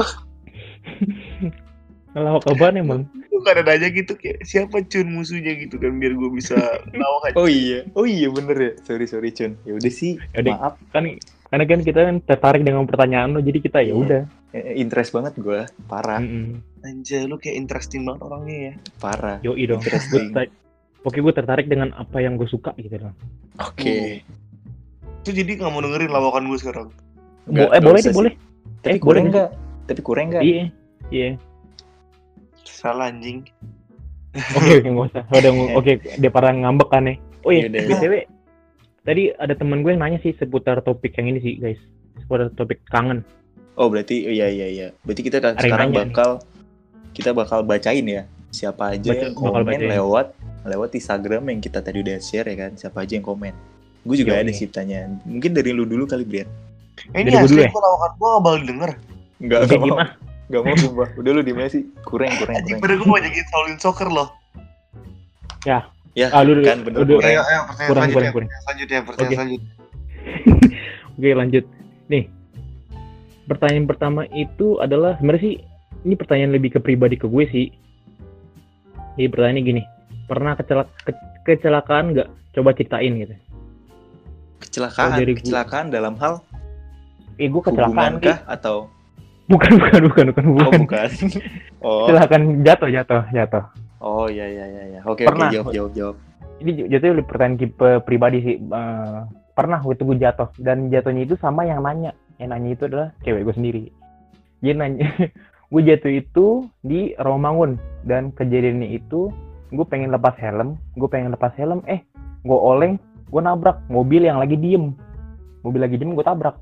D: Ngelawak apaan emang?
B: Gue kadang nanya gitu kayak siapa Cun musuhnya gitu kan biar gue bisa ngelawak aja.
C: Oh iya, oh iya bener ya. Sorry sorry Cun. Ya udah sih.
D: Yaudah.
C: Maaf.
D: Kan karena kan kita kan tertarik dengan pertanyaan lo, jadi kita ya udah.
C: Eh, Interest banget gue. Parah.
D: Mm-mm.
B: Anjay, lu kayak interesting banget orangnya ya.
C: Parah.
D: Yoi dong.
C: Interesting.
D: Gua ter- Oke, gue tertarik dengan apa yang gue suka gitu dong.
C: Oke.
B: Itu jadi nggak mau dengerin lawakan gue sekarang.
C: Nggak-
D: Bo- eh
C: nggak
D: boleh
C: usah
D: deh,
C: sih.
D: boleh.
C: Tapi
D: Eh,
C: kurang
D: boleh.
C: nggak? Tapi kurang nggak?
D: Iya, iya.
B: Salah anjing.
D: Oke, oke, nggak usah. Udah, ng- oke, dia parah ngambek kan nih. Oh iya,
C: Yaudah.
D: B T W. Tadi ada teman gue yang nanya sih seputar topik yang ini sih, guys. Seputar topik kangen.
C: Oh berarti oh, iya iya iya. Berarti kita kan
D: Ada yang
C: sekarang
D: nanya
C: bakal kita bakal bacain ya siapa aja
D: Baca-
C: yang
D: bakal
C: komen
D: bacain.
C: lewat lewat Instagram yang kita tadi udah share ya kan. Siapa aja yang komen. Gue juga
D: Yo,
C: ada
D: iya.
C: sih pertanyaan. Mungkin dari lu dulu kali, Brian.
B: Eh, ini
D: Dari gua dulu
B: asli
D: ya?
B: gue lawakan gue gak bakal denger.
C: Enggak,
D: Oke,
C: enggak mau.
D: gimana?
C: Enggak mau sumpah. Udah lu dimana sih? Kurang, kurang,
B: Anjing
C: kurang.
B: pada gue mau nyanyiin Shaolin Soccer loh.
C: Ya,
D: Ah, lu dulu.
C: kan bener
D: Udah.
C: kurang.
B: Ayo, ayo pertanyaan
D: Kurang,
B: selanjutnya.
D: kurang, kurang.
B: Pertanyaan selanjutnya, pertanyaan
D: Oke.
B: selanjutnya.
D: Oke, lanjut. Nih. Pertanyaan pertama itu adalah sebenarnya sih ini pertanyaan lebih ke pribadi ke gue sih. Jadi pertanyaannya gini, pernah kecelak ke- kecelakaan nggak? Coba ceritain gitu.
C: Kecelakaan,
D: Oh, dari gua.
C: kecelakaan dalam hal
D: Eh, gue
C: hubungan
D: kecelakaan
C: kah
D: Ki.
C: atau
D: Bukan, bukan, bukan, bukan,
C: oh
D: bukan.
C: bukan. Oh.
D: Kecelakaan jatuh, jatuh, jatuh.
C: Oh iya iya iya iya. Oke
D: Pernah.
C: oke jawab jawab jawab.
D: Ini jatuhnya lebih pertanyaan tipe pribadi sih. Eh, pernah waktu gue jatuh dan jatuhnya itu sama yang nanya. Yang nanya itu adalah cewek gue sendiri. Dia nanya, gue jatuh itu di Rawamangun dan kejadiannya itu gue pengen lepas helm, gue pengen lepas helm, eh gue oleng, gue nabrak mobil yang lagi diem, mobil lagi diem gue tabrak.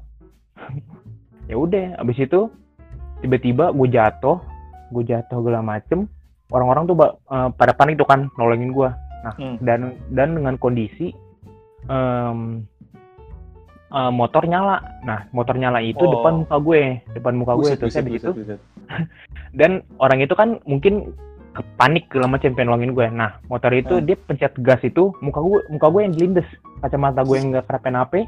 D: Ya udah, abis itu tiba-tiba gue jatuh, gue jatuh segala macem, orang-orang tuh uh, pada panik tuh kan nolongin gue. Nah
C: Hmm.
D: dan dan dengan kondisi um, uh, motor nyala. Nah motor nyala itu
C: Oh.
D: depan muka gue, depan muka gue.
C: Buset,
D: Terus
C: buset,
D: habis
C: buset,
D: itu
C: buset.
D: dan orang itu kan mungkin panik segala macam pengen nolongin gue. Nah motor itu
C: Hmm.
D: dia pencet gas itu muka gue muka gue yang dilindes, kacamata gue yang nggak kenapa-napa,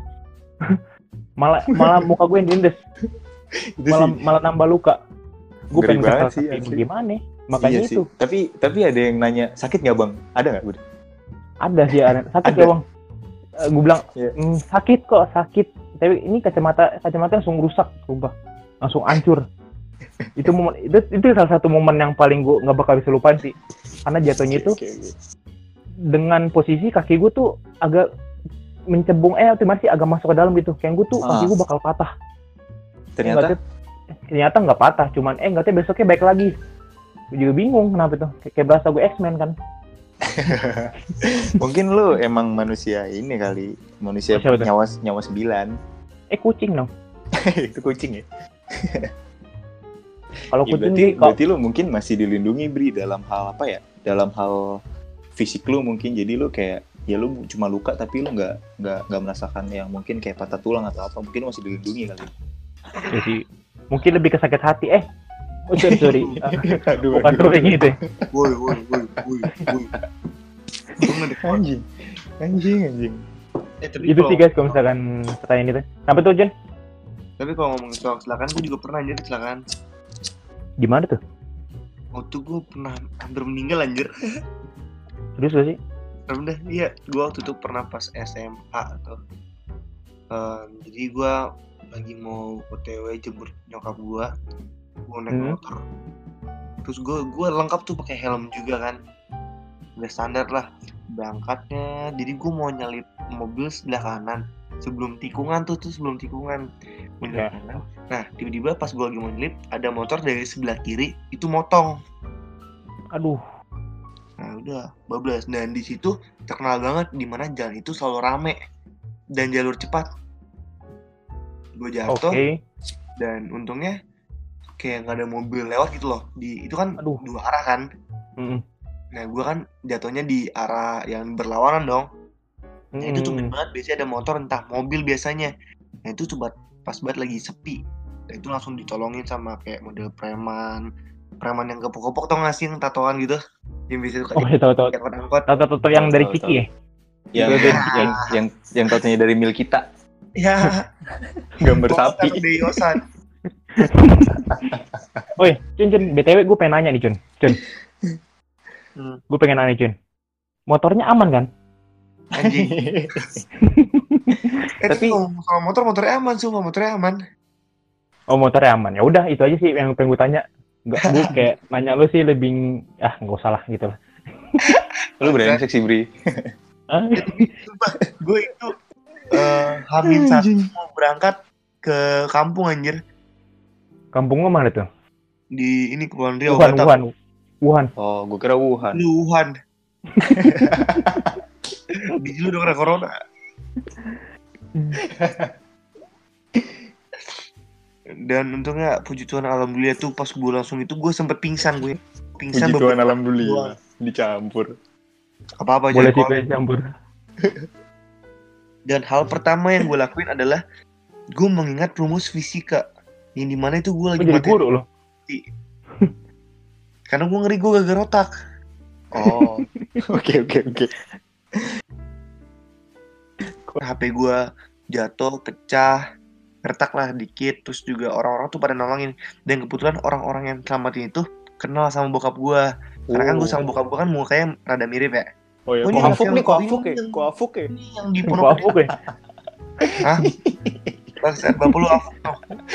D: malah malah muka gue yang dilindes,
C: Itu
D: malah
C: sih
D: malah nambah luka. Gue
C: ngeri
D: pengen
C: banget
D: kesel
C: sih,
D: kayak
C: asli.
D: gimana? Makanya
C: iya
D: itu
C: sih. Tapi tapi ada yang nanya sakit nggak bang? Ada nggak Bud?
D: ada sih ada. Sakit
C: Ada.
D: ya bang. Eh, gue bilang
C: Iya.
D: "Hmm, sakit kok sakit. Tapi ini kacamata kacamata langsung rusak, sumpah, langsung hancur. Itu momen itu, itu salah satu momen yang paling gue nggak bakal bisa lupain sih. Karena jatuhnya itu
C: Oke, oke.
D: dengan posisi kaki gue tuh agak mencebung, eh otomatis agak masuk ke dalam gitu. Kayak gue tuh
C: Ah.
D: kaki gue bakal patah.
C: Ternyata
D: Eh, nggak, ternyata nggak patah, cuman eh nggak tahu besoknya baik lagi. Gue juga bingung kenapa tuh. Kayak, kayak berasa gue X-Men kan.
C: mungkin lu emang manusia ini kali, manusia
D: Siapa tuh?
C: nyawa nyawa sembilan.
D: Eh kucing dong.
C: Itu kucing ya.
D: Kalau
C: Ya,
D: kucing
C: berarti,
D: sih, kalau
C: berarti lu mungkin masih dilindungi Bri dalam hal apa ya? Dalam hal fisik lu mungkin, jadi lu kayak ya lu cuma luka tapi lu nggak nggak nggak merasakan yang mungkin kayak patah tulang atau apa, mungkin lu masih dilindungi kali.
D: jadi mungkin lebih ke sakit hati. Eh, oh, sorry sorry. Ah,
C: Aduh,
D: bukan tuh kayak gitu. Ya.
B: Woi, woi, woi, woi, woi. Gue ngedek-
C: Anjing, anjing, anjing.
B: Eh, tapi
D: Itu
B: kalau-
D: sih guys kalau misalkan pertanyaan itu. Apa tuh Jen?
B: Tapi kalau ngomongin soal kecelakaan, gue juga pernah anjir kecelakaan.
D: Gimana tuh?
B: Waktu gue pernah hampir meninggal anjir.
D: Serius gak sih?
B: Udah, iya, gue waktu itu pernah pas S M A atau Em, jadi gue lagi mau O T W jemput nyokap gue, gue naik
D: Hmm.
B: motor. Terus gue gue lengkap tuh pakai helm juga kan, udah standar lah berangkatnya. Jadi gue mau nyalip mobil sebelah kanan sebelum tikungan tuh tuh sebelum tikungan. Mau nyalip
D: Ya.
B: kanan. Nah tiba-tiba pas gue lagi mau nyalip ada motor dari sebelah kiri itu motong.
D: Aduh.
B: Nah udah bablas, dan di situ terkenal banget di mana jalan itu selalu rame dan jalur cepat. Gue
D: Oke.
B: jatuh dan untungnya kayak nggak ada mobil lewat gitu loh. Di itu kan
D: Aduh.
B: dua arah kan.
D: Mm-mm.
B: Nah gue kan jatuhnya di arah yang berlawanan dong. Nah itu tuh
D: Mm-mm.
B: banget, biasanya ada motor entah mobil biasanya. Nah itu coba pas banget lagi sepi. Nah itu langsung ditolongin sama kayak model preman, preman yang kepok-kepok tau gak sih yang tatoan gitu, yang bisa suka
D: Oh ya tahu tahu.
B: di angkot-angkot.
D: Tahu tahu tahu yang
C: Tahu,
D: dari
C: tahu,
D: Ciki
C: tahu.
D: ya.
C: Yang
B: Iya.
C: yang yang yang, yang taunya dari mil kita,
B: Ya,
C: gambar
B: bawa
C: sapi.
B: taruh di yosan.
D: Oi, Cun Cun, B T W gue pengen nanya nih Cun. Cun.
B: Hmm.
D: Gue pengen nanya Cun. Motornya aman kan?
B: Anjing. Eh, tapi
C: Tapi-
B: ngomong soal motor, motornya aman, sumpah motornya aman.
D: Oh motornya aman. Ya udah itu aja sih yang pengen gue tanya. Enggak, gue kayak nanya lu sih lebih ah nggak usah lah gitu lah.
C: Lu berani seksi Bri?
D: Ah,
B: Sumpah, gue itu eh, Hamin satu mau berangkat ke kampung anjir.
D: kampungnya mana tuh?
B: Di ini Kepulauan Riau,
D: Wuhan,
B: Batam.
D: Wuhan, Wuhan.
C: Oh, gue kira Wuhan.
B: Lu Wuhan. Di lu udah kena corona. Dan untungnya puji Tuhan alhamdulillah tuh pas gue langsung itu gue sempet pingsan gue. Pingsan
C: Puji Tuhan
B: beberapa-
C: alhamdulillah dicampur.
B: Apa-apa
D: Boleh
B: aja.
D: sih gue campur.
B: Dan hal pertama yang gue lakuin adalah gue mengingat rumus fisika yang dimana itu gue
D: Lu
B: lagi
D: jadi
B: materi.
D: guru loh.
B: Karena gue ngeri gue gagal otak.
C: Oh, oke oke oke.
B: H P gue jatuh, pecah, retak lah dikit. Terus juga orang-orang tuh pada nolongin. Dan kebetulan orang-orang yang selamatin itu kenal sama bokap gue. Karena kan gue sama bokap gue kan mukanya rada mirip ya.
C: Oh ya,
B: Oh,
C: kok
B: ini
C: afuk
B: yang-
C: nih, kok
B: ini
C: afuk ya,
B: yang-
C: kok afuk ya.
B: Ini yang di
D: Gua
B: pondok
D: afuk ya.
B: Hah? Bangsat, bapak lu afuk tau.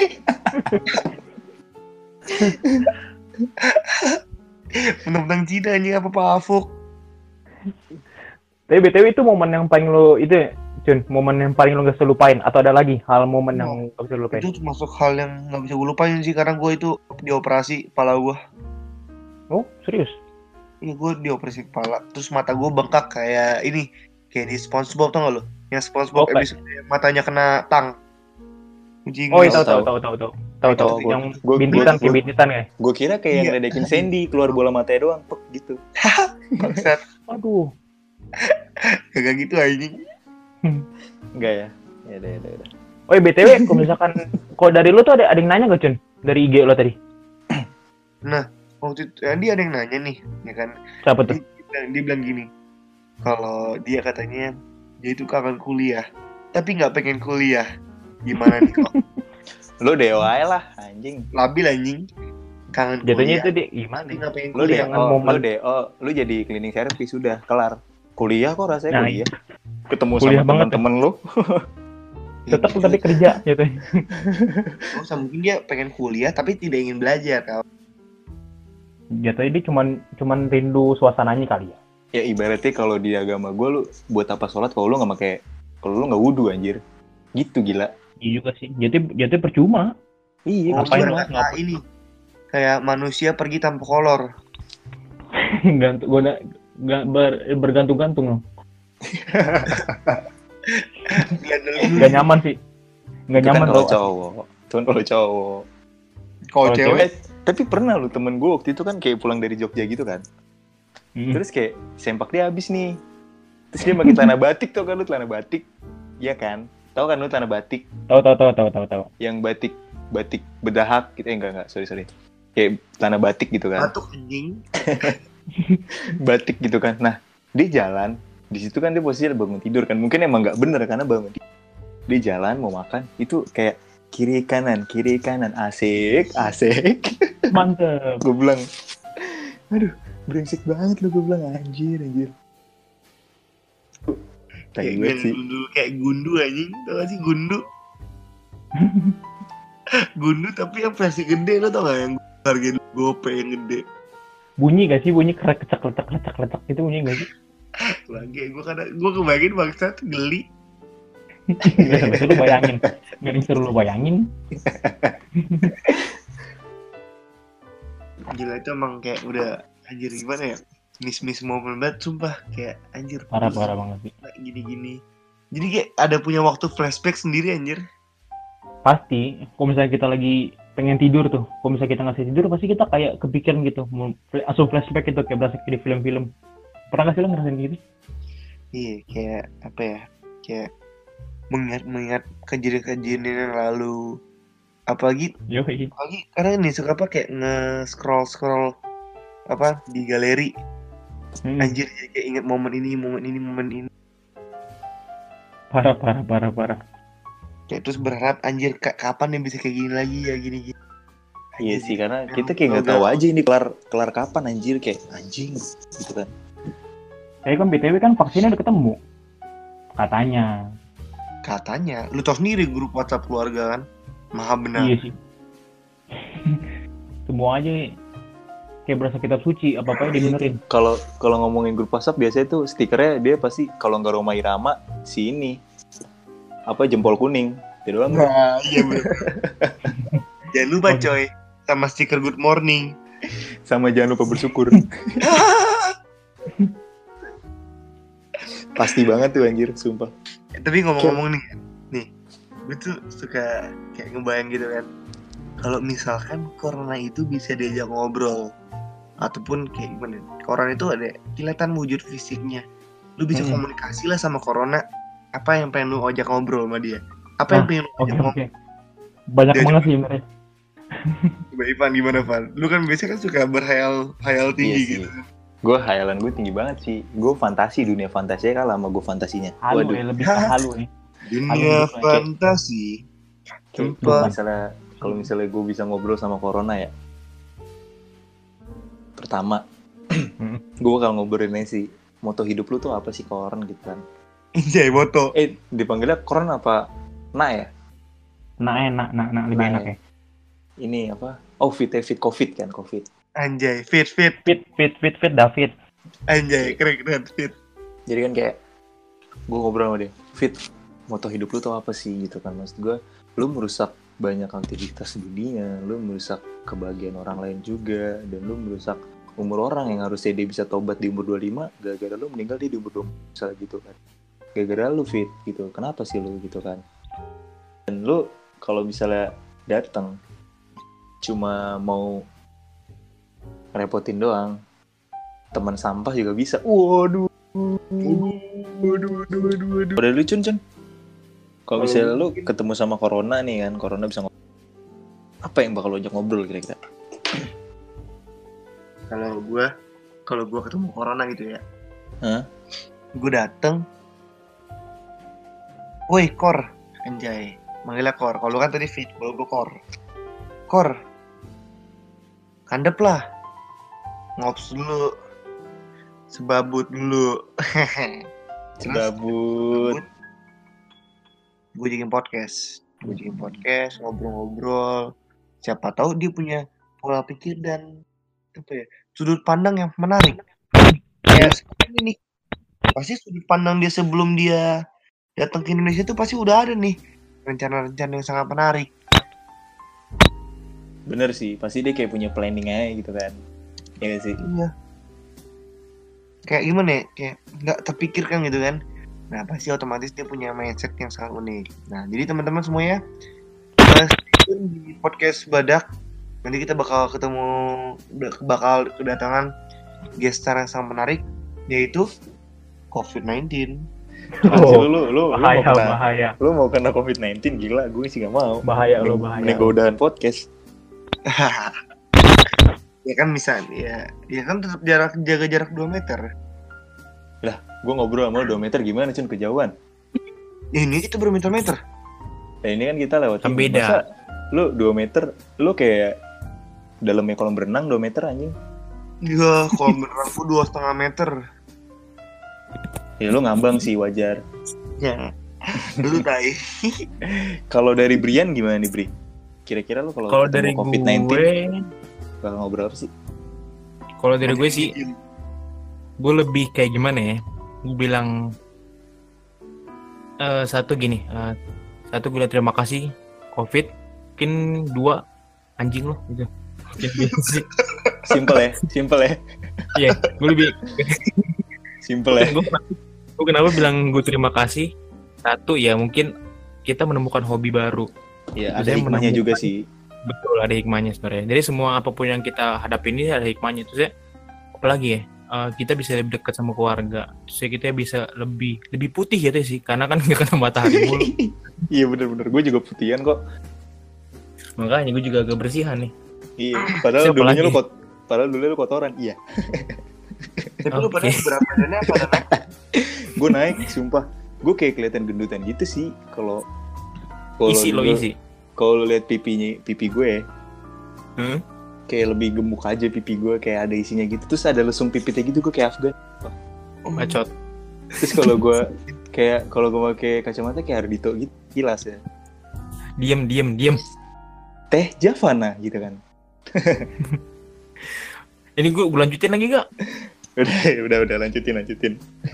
B: Mentang-mentang Cina anjing apa-apa afuk.
D: Tapi B T W itu momen yang paling lo itu ya, Jun, momen yang paling lo gak bisa lupain atau ada lagi hal momen yang gak bisa lupain?
B: Itu termasuk hal yang gak bisa gue lupain sih. Karena gue itu dioperasi kepala gue.
D: Oh, serius?
B: Iya, gue dioperasi kepala. Terus mata gue bengkak kayak ini. Kayak di SpongeBob, tau gak lo? Yang SpongeBob
D: Oh, kayak-
B: episode matanya kena tang. Anjing,
D: Oh, iya,
B: gua-
D: tahu tahu
C: tahu.
D: tahu tahu tahu. Tahu tahu
C: Tahu, gua-
D: yang
C: gua-
D: bintitan
C: gua-
D: kayak bintitan ya.
C: Gue kira kayak yang
B: Iya.
C: ledekin Sandy, keluar bola matanya doang, pek gitu.
B: Bangsat.
D: Aduh.
B: Kagak gitu anjing.
C: Enggak ya? Ya udah, ya udah, ya udah.
D: Oh, ya, B T W kalau misalkan kalau dari lo tuh ada ada yang nanya gak, Jun? Dari I G lo tadi.
B: Nah, waktu itu Andi ada yang nanya nih, ya kan?
D: Siapa tuh?
B: Dia, dia, bilang, dia bilang gini, kalau dia katanya dia itu kangen kuliah, tapi nggak pengen kuliah. Gimana nih kok?
C: Lu dewa lah, anjing.
B: Labil anjing. Kangen
D: Jatuhnya
B: kuliah,
D: itu dia gimana?
B: tapi nggak pengen
C: Lu
B: kuliah.
C: deh,
D: Jangan
C: oh,
D: momen.
C: lu deh, oh, lu jadi cleaning service sudah kelar. Kuliah kok rasanya
D: Nah,
C: kuliah. Ketemu
D: Kuliah
C: sama
D: banget
C: teman-teman lu.
D: Tetap
B: Gitu.
D: tapi kerja gitu.
B: Oh, sama mungkin dia pengen kuliah tapi tidak ingin belajar. Kalau
D: Jatuhnya dia cuman cuman rindu suasananya kali ya.
C: Ya ibaratnya kalau di agama gue lu buat apa sholat kalau lu nggak pakai, kalau lu nggak wudu anjir. Gitu gila.
D: Iya juga sih. Jadi jadi percuma.
C: Iya,
D: Ngapain
B: biar
D: lu?
B: kata
D: Ngapain?
B: ini kayak manusia pergi tanpa kolor.
D: Gantung gua na- ga- ber- bergantung-gantung loh. Gak nyaman sih. Gak
C: Itu kan
D: nyaman
C: kalau
D: loh.
C: cowok. Itu kan kalau cowok.
B: Kalau
D: Kalau
B: cewek
C: Eh, tapi pernah lu temen gue waktu itu kan kayak pulang dari Jogja gitu kan.
D: Mm.
C: Terus kayak sempak dia habis nih. Terus dia pakai celana batik, tau kan lu celana batik? Iya kan? Tahu kan lu celana batik?
D: Tahu tahu tahu tahu tahu tahu.
C: Yang batik batik bedahak gitu, eh enggak enggak, sorry sorry. Kayak celana batik gitu kan.
B: batuk anjing.
C: Batik gitu kan. Nah, dia jalan, di situ kan dia posisinya bangun tidur kan. Mungkin emang nggak bener karena bangun tidur. Dia jalan mau makan, itu kayak kiri kanan, kiri kanan, asik, asik.
D: Mantep.
C: Gue bilang, aduh, brengsek banget lu, gue bilang anjir, anjir. Tai
B: Kayak
C: banget sih.
B: gundu, kayak gundu anjing. Tau gak sih gundu? Gundu tapi yang versi gede lo tau gak yang harga gope yang gede.
D: Bunyi gak sih? Bunyi kerek kecak lecak lecak lecak itu bunyi gak sih?
B: Lagi gue kadang gue kebayangin bangsat geli.
D: Gak sampai itu lu bayangin. Gak disuruh lu bayangin.
B: Gila itu emang kayak udah anjir gimana ya? Miss-miss momen banget sumpah kayak anjir.
D: Parah parah banget sih.
B: Gini-gini. Jadi kayak ada punya waktu flashback sendiri anjir.
D: Pasti. Kalau misalnya kita lagi pengen tidur tuh, kalau misalnya kita nggak bisa tidur pasti kita kayak kepikiran gitu, mau langsung flashback gitu kayak berasa kayak di film-film. Pernah nggak sih lo ngerasain gitu?
B: Iya kayak apa ya? Kayak mengingat mengingat kejadian-kejadian yang lalu. Apalagi
D: Yoi.
B: apalagi karena ini suka apa kayak nge-scroll scroll apa di galeri.
D: Hmm,
B: Anjir jadi kayak inget momen ini, momen ini, momen ini.
D: parah parah parah parah.
B: Kayak terus berharap anjir ka- kapan yang bisa kayak gini lagi ya gini-gini.
C: Iya sih, karena
B: Yang
C: kita kayak nggak
B: udah-
C: tahu aja ini kelar kelar kapan anjir, kayak anjing gitu kan.
D: Tapi kan B T W kan vaksinnya udah ketemu. Katanya.
B: Katanya, lu tau sendiri grup WhatsApp keluarga kan. Maha benar.
D: Iya sih. Semua aja kayak berasa kitab suci, apa-apa dibenerin.
C: Kalau kalau ngomongin grup WhatsApp biasanya tuh stikernya dia pasti kalau nggak Roma Irama si ini apa jempol kuning. Itu doang.
B: Nah, iya bener. Jangan lupa coy, sama stiker good morning.
C: Sama jangan lupa bersyukur. Pasti banget tuh anjir, sumpah.
B: Tapi ngomong-ngomong nih, nih, gue tuh suka kayak ngebayang gitu kan. Kalau misalkan corona itu bisa diajak ngobrol, ataupun kayak gimana? Corona itu ada kelihatan wujud fisiknya. Lu bisa
D: Hmm.
B: komunikasi lah sama corona. Apa yang pengen lu ojak ngobrol sama dia? Apa yang
D: Nah,
B: pengen lu
D: Oke
B: ojak
D: oke.
B: ngobrol?
D: Banyak
B: Dia
D: banget sih sebenarnya.
B: Coba Ivan gimana Van? Lu kan biasanya kan suka berhayal hayal tinggi
C: Iya sih.
B: gitu.
C: Gue hayalan gue tinggi banget sih. Gue fantasi, dunia fantasinya kalah sama gue fantasinya.
D: Halu
C: Waduh.
D: ya, lebih ke halu nih.
B: Dunia
D: Aduh,
B: fantasi.
C: Kayak
B: Tempat.
C: kalau misalnya kalau misalnya gue bisa ngobrol sama corona ya. Pertama,
D: Hmm.
C: gue bakal ngobrolin aja sih. Moto hidup lu tuh apa sih koron gitu kan?
B: Anjay moto.
C: Eh, dipanggilnya koron apa? Nah ya?
D: Nah enak, nah, nah lebih
C: Nah,
D: enak
C: ya.
D: ya.
C: Ini apa? Oh, fit eh, fit covid kan, covid.
B: Anjay fit fit.
D: Fit fit fit fit David.
B: Anjay keren keren fit.
C: Jadi kan kayak gue ngobrol sama dia, Fit, moto hidup lu tuh apa sih gitu kan? Maksud gue, lu merusak banyak aktivitas dunia, lu merusak kebahagiaan orang lain juga, dan lu merusak umur orang yang harusnya dia bisa tobat di umur dua puluh lima, gara-gara lu meninggal dia di umur dua puluh misalnya gitu kan. Gara-gara lu Fit gitu, kenapa sih lu gitu kan? Dan lu kalau misalnya datang cuma mau repotin doang, teman sampah juga bisa. Waduh. Waduh, waduh, waduh, waduh. Udah lucu, Cun. Kalau misalnya lu ketemu sama corona nih kan, corona bisa ngobrol. Apa yang bakal lo ajak ngobrol kira-kira?
B: Kalau gue, kalau gue ketemu corona gitu ya,
C: Hah?
B: gue dateng, woi Kor, anjay, manggilnya Kor. Kalau lu kan tadi Fit, kalau gue Kor, Kor, kandep lah, ngops dulu, sebabut dulu,
C: Sebabut.
B: gue bikin podcast, gue bikin podcast, ngobrol-ngobrol, siapa tahu dia punya pola pikir dan apa ya, sudut pandang yang menarik. Kayak sekarang ini, pasti sudut pandang dia sebelum dia datang ke Indonesia itu pasti udah ada nih rencana-rencana yang sangat menarik.
C: Bener sih, pasti dia kayak punya planning aja gitu kan. Iya gak sih?
B: Iya. Kayak gimana ya? Kayak nggak terpikirkan gitu kan. Nah pasti otomatis dia punya mindset yang sangat unik. Nah jadi teman-teman semuanya, kita stay tune di podcast Badak. Nanti kita bakal ketemu, bakal kedatangan guest star yang sangat menarik, yaitu covid sembilan belas.
C: Anjir, lu, lu, lu, lu
D: bahaya,
C: mau kena,
D: bahaya.
C: lu mau kena covid sembilan belas, gila, gue sih gak mau.
D: Bahaya lu,
C: Mending-
D: bahaya.
C: Mending gue udahan podcast.
B: Ya kan misalnya, ya, ya kan tetap jarak, jaga jarak dua meter.
C: Gue ngobrol sama lu dua meter gimana, Cun, kejauhan.
B: Ya, ini kita bermeter-meter.
C: Nah ini kan kita lewat
D: Kan
C: ini.
D: beda.
C: Masa lu dua meter, lu kayak dalamnya kolam berenang dua meter anjing.
B: Ya, kalau beneran aku dua setengah meter.
C: Ya lu ngambang sih, wajar.
B: Ya, lu tai.
C: Kalau dari Brian gimana nih, Bri? Kira-kira lu kalau
E: Kalau
C: ketemu
E: dari
C: covid sembilan belas
E: gue,
C: bakal ngobrol apa sih?
E: kalau dari gue sih, gue lebih kayak gimana ya? Gue bilang eh, satu gini, eh, satu gue bilang terima kasih COVID, mungkin dua anjing loh gitu. Ya, gitu sih.
C: Simple ya, simple ya,
E: Iya, gue lebih
C: simple ya.
E: gue, gue kenapa bilang gue terima kasih? Satu ya mungkin kita menemukan hobi baru.
C: Ya ada
E: Saya
C: hikmahnya
E: menemukan-
C: juga sih.
E: Betul, ada hikmahnya sebenarnya. Jadi semua apapun yang kita hadapi ini ada hikmahnya. Terus ya, apalagi ya, eh, kita bisa lebih dekat sama keluarga. Terus ya, kita bisa lebih lebih putih gitu sih, karena kan nggak kena matahari mulu.
C: Iya bener-bener, gue juga putihan kok.
E: Makanya gue juga agak bersihan nih.
C: Iya, padahal
E: Siapa
C: dulunya
E: lagi?
C: lu kot, padahal dulunya lu kotoran. Iya,
B: Tapi lu pada
E: Oke.
B: berapa badannya pada naik?
C: gue naik, sumpah. Gue kayak kelihatan gendutan gitu sih. Kalau kalau
E: Isi lo
C: dulu-
E: isi.
C: Kalau lu lihat pipinya, pipi gue,
E: Hmm?
C: kayak lebih gemuk aja pipi gue, kayak ada isinya gitu. Terus ada lesung pipitnya gitu, gue kayak Afgan.
E: Bacot.
C: Terus kalau gue kayak kalau gue pakai kacamata kayak Ardito gitu, kilas ya.
E: Diem diem diem.
C: Teh Javana gitu kan.
E: Ini gue gue lanjutin lagi gak?
C: Udah, udah, udah lanjutin, lanjutin.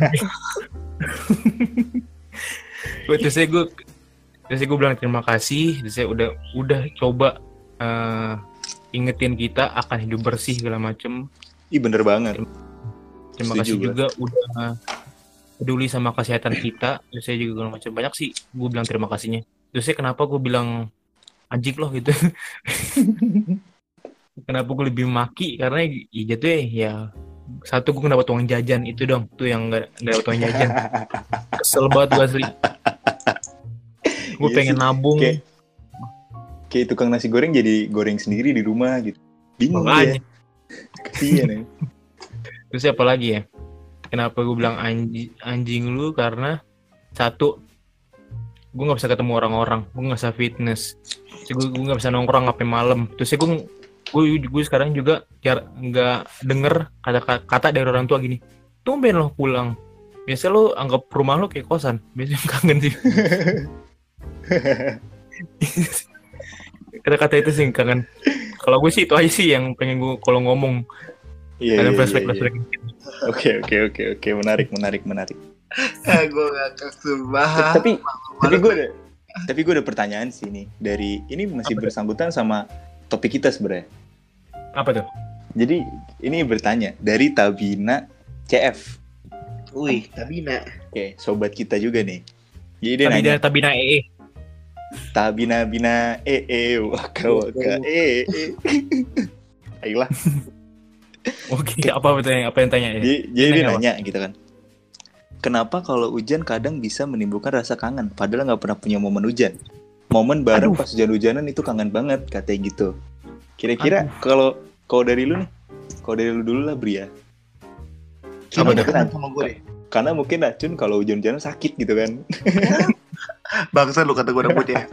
E: Gue terus saya gue terus saya gue bilang terima kasih. Terus saya udah udah coba eh, ingetin kita akan hidup bersih segala macem.
C: Ih bener banget.
E: Terima
C: Setuju
E: kasih
C: gue.
E: juga udah peduli sama kesehatan kita. Terus saya juga segala macam banyak sih gue bilang terima kasihnya. Terus saya kenapa gue bilang anjing loh gitu. Kenapa gue lebih maki karena ya jatuhnya ya Satu gue dapat uang jajan itu dong, tuh yang nggak nggak dapat uang jajan. Kesel banget gue asli. Gue
C: Iya
E: pengen
C: sih,
E: nabung.
C: kayak kayak tukang nasi goreng jadi goreng sendiri di rumah gitu. Bingung
E: Makanya.
C: ya. Kasian ya.
E: Terus apa lagi ya? Kenapa gue bilang anjing anjing lu? Karena satu, gue nggak bisa ketemu orang-orang, gue nggak bisa fitness, gue gue nggak bisa nongkrong sampai malam. Terus gue gue gue sekarang juga jar nggak denger kata-kata dari orang tua gini, tumben lo pulang. Biasa lo anggap rumah lo kayak kosan. Biasanya kangen sih. Kata-kata itu sih kangen. Kalau gue sih itu aja sih yang pengen gue kalau ngomong.
C: Iya,
E: Ada
C: iya,
E: flashback
C: iya,
E: flashback.
C: iya. Oke oke oke oke menarik menarik menarik.
B: Ah, gue ngakak sumpah.
C: tapi tapi gue ada tapi gue ada pertanyaan sih nih dari ini masih
E: Apa tuh?
C: bersangkutan sama topik kita sebenarnya.
E: Apa tuh?
C: Jadi ini bertanya dari Tabina C F.
B: Wih, Tabina.
C: Oke, sobat kita juga nih. Jadi dia
E: Tabina
C: nanya,
E: Tabina E E.
C: Tabina Bina E E waka waka E E. Ayolah.
E: Oke, apa betulnya? Apa yang tanya ya?
C: Jadi, jadi dia
E: nanya apa?
C: nanya gitu kan. Kenapa kalau hujan kadang bisa menimbulkan rasa kangen padahal nggak pernah punya momen hujan. Momen bareng
E: Aduh.
C: pas hujan-hujanan itu kangen banget katanya gitu. Kira-kira kalau kalau dari lu nih, kalau dari lu dulu lah Bria.
B: Coba
E: Apa tuh?
B: deketan sama gue deh.
C: Karena mungkin racun kalau hujan-hujanan sakit gitu kan.
B: Bangsa lu kata gue udah putih.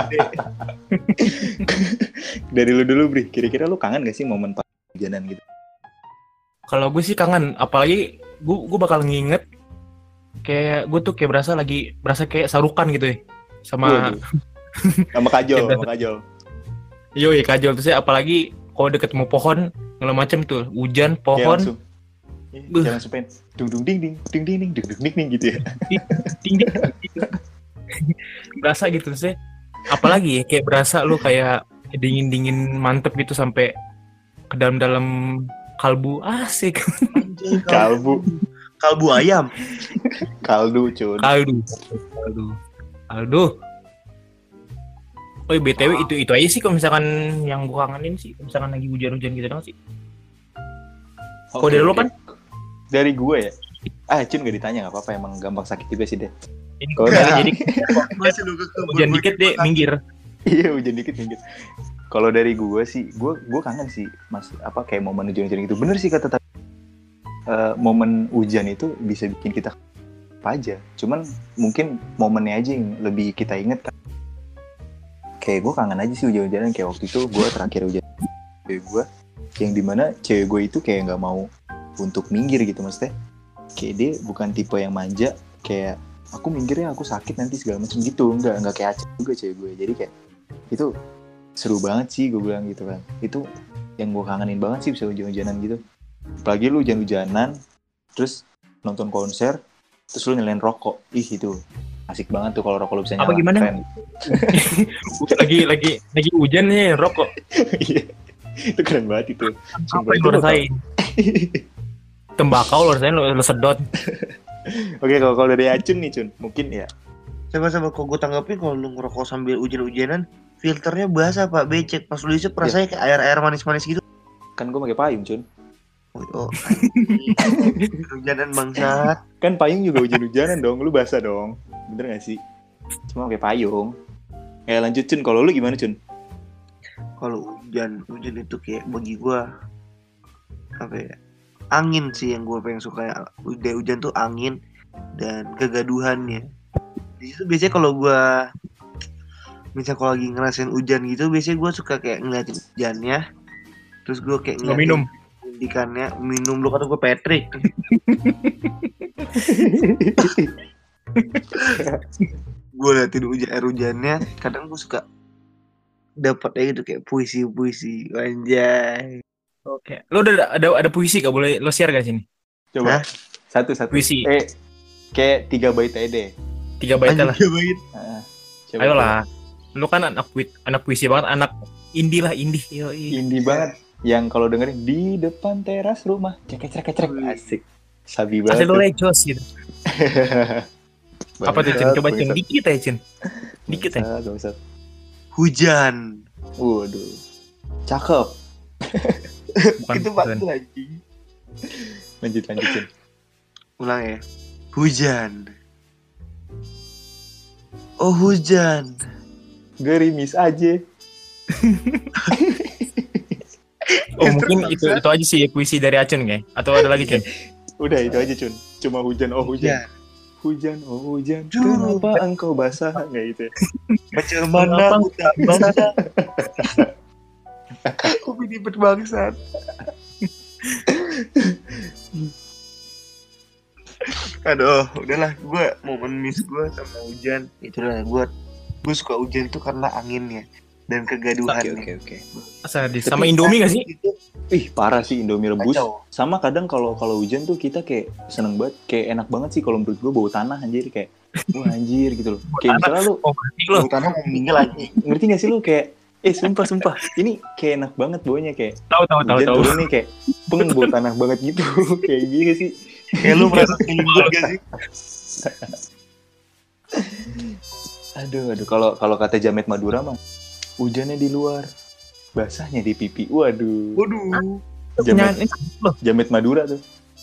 C: Dari lu dulu Bri, kira-kira lu kangen gak sih momen pas hujanan gitu?
E: Kalau gue sih kangen, apalagi gue gue bakal nginget kayak gue tuh kayak berasa lagi berasa kayak sarukan gitu ya sama
C: Waduh. Sama kajol,
E: Kayak
C: sama kajol.
E: yoi kajol terus ya, apalagi kalau deket mau pohon segala macem tuh hujan
C: Kayak
E: pohon
C: langsung. Eh,
E: Buh.
C: Kayak langsung pengen dung dung ding ding ding ding ding dung dung ding ding gitu ya.
E: tinggi berasa gitu terus ya. Apalagi ya kayak berasa lu kayak dingin dingin mantep gitu sampai ke dalam dalam kalbu asik.
B: Anjay,
C: Kalbu,
B: Kalbu ayam.
C: kaldu cun.
E: kaldu kaldu kaldu oh B T W itu itu aja sih kalau misalkan yang gua kangenin sih kalau misalkan lagi hujan-hujan gitu dong sih. Kalau
C: Oke,
E: dari lu,
C: oke.
E: Pan?
C: Dari gue ya. Ah, Cun gak ditanya gak apa-apa, emang gampang sakit juga sih deh.
E: Ini
C: Kalau
E: jadi,
C: dari-
E: jadi
B: Masih lu ke kebun
E: hujan
B: gue
E: dikit
B: kayak
E: deh
B: makan.
E: minggir.
C: Iya, hujan dikit dikit. Kalau dari gue sih, gue gue kangen sih, mas apa kayak momen hujan-hujan itu. Bener sih kata tadi. Eh, momen hujan itu bisa bikin kita apa aja. Cuman mungkin momennya aja yang lebih kita inget kan. Kayak gue kangen aja sih hujan-hujanan kayak waktu itu gue terakhir hujan cewek gue, yang dimana cewek gue itu kayak nggak mau untuk minggir gitu maksudnya. Kayak dia bukan tipe yang manja, kayak aku minggir ya aku sakit nanti segala macam gitu, nggak nggak kayak Aceh juga cewek gue. Jadi kayak itu seru banget sih gue bilang gitu kan. Itu yang gue kangenin banget sih bisa hujan-hujanan gitu. Apalagi lu hujan-hujanan terus nonton konser terus lu nyalain rokok, ih itu asik banget tuh kalau rokok lu bisa nyala.
E: Apa gimana?
C: Keren.
E: lagi lagi lagi hujan nih rokok.
C: Iya. Itu keren banget itu.
E: Apa yang lo rasain? Tembakau lo rasain lo, lo sedot.
C: Oke, kalau kalau dari Acun nih Cun, mungkin ya.
B: Sama-sama kok gue tanggapin kalau lu ngerokok sambil hujan-hujanan, filternya basah Pak, becek. Pas lu isep rasanya kayak air-air manis-manis gitu.
C: Kan gue pakai payung Cun.
B: Oh, oh. Hujanan bangsat.
C: Kan payung juga hujan-hujanan dong, lu basah dong. Bener gak sih? Cuma pakai payung. Ya lanjut Cun, kalau lu gimana Cun?
B: Kalau hujan, hujan itu kayak bagi gue apa ya? Angin sih yang gue pengen suka ya. Udah hujan tuh angin dan kegaduhannya. Di situ biasanya kalau gue misal kalau lagi ngerasain hujan gitu, biasanya gue suka kayak ngeliatin hujannya. Terus gue kayak
E: Nggak minum.
B: ikannya minum, lu kata gue Patrick. Gue liatin hujan air hujannya, kadang gue suka dapat aja gitu kayak puisi-puisi, anjay.
E: Oke. Lo udah ada ada puisi gak boleh lo share gak sini?
C: Coba.
B: Hah?
C: Satu-satu.
E: Puisi.
C: Eh, kayak tiga bait aja deh.
E: Tiga bait lah.
B: Anjay, bait.
C: Nah, coba,
E: Ayolah. Lo kan anak puit, anak puisi banget, anak indie lah indie.
C: coba.
E: Yoi.
C: Indie banget. Yang kalau dengerin di depan teras rumah, cek-cek-cek asik. Sabi banget.
E: Asli lo
C: tuh.
E: lecos gitu. Apa tuh Cin?
C: Bangsat,
E: Coba Cin,
C: bangsat.
E: dikit aja Cin. Dikit ya.
C: Bangsat, bangsat.
B: Hujan.
C: Waduh. Cakep.
E: Bukan
B: Itu
E: bukan.
B: bantu lagi.
C: Lanjut lanjut Cun.
B: Ulang ya. Hujan. Oh hujan.
C: Gerimis aja.
E: Oh mungkin itu itu aja sih puisi dari Acun kayak. Atau ada lagi Cun?
C: Udah itu aja Cun. Cuma hujan oh hujan. Hujan oh hujan.
B: Duh.
C: Kenapa engkau basah kayak gitu ya.
B: Macam mana aku tak basah. Kopi dipet bangsat. Aduh, udahlah, gue momen miss gue sama hujan. Itulah gue, gue suka hujan tuh karena anginnya dan
C: Oke
B: kegaduhannya.
C: oke oke.
E: Asal di sama Indomie gak sih?
B: Itu
C: Ih parah sih Indomie rebus.
B: Kacau.
C: Sama kadang kalau kalau hujan tuh kita kayak seneng banget, kayak enak banget sih kalau menurut gue bau tanah anjir kayak wah anjir gitu loh. Kayak misalnya lu
E: Oh mati lo.
B: hutannya mau meninggal aja.
C: ngerti gak sih lu kayak eh sumpah sumpah ini kayak enak banget baunya kayak
E: Tahu tahu tahu
C: hujan
E: tahu.
C: turun nih kayak peng bau tanah banget gitu kayak gini sih.
B: Kayak lu merasa selimut gak sih?
C: Aduh aduh kalau kalau kata Jamet Madura mah hujannya di luar, basahnya di pipi. Waduh.
B: Waduh.
C: Jamet,
E: Nyanyi lo.
C: Jamet Madura tuh.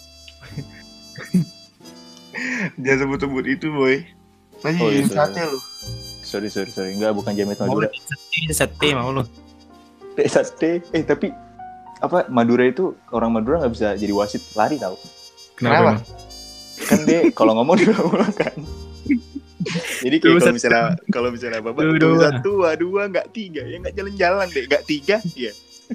B: Jangan sebut-sebut itu boy. Nanti
C: Oh,
B: jadi
C: iya,
B: sate lu.
C: Sorry sorry sorry enggak bukan Jamet
E: Mau
C: Madura.
E: sate sate mau lo.
C: Eh, sate. Eh tapi apa Madura itu orang Madura nggak bisa jadi wasit lari tau?
B: Kenapa?
E: emang?
C: Kan dia kalau ngomong diulang kan. Jadi kayak
E: Dua,
C: kalau
E: satu.
C: misalnya kalau misalnya bapak
E: Dua,
C: dua
E: dua.
C: satu dua dua nggak tiga ya nggak jalan-jalan deh nggak tiga ya.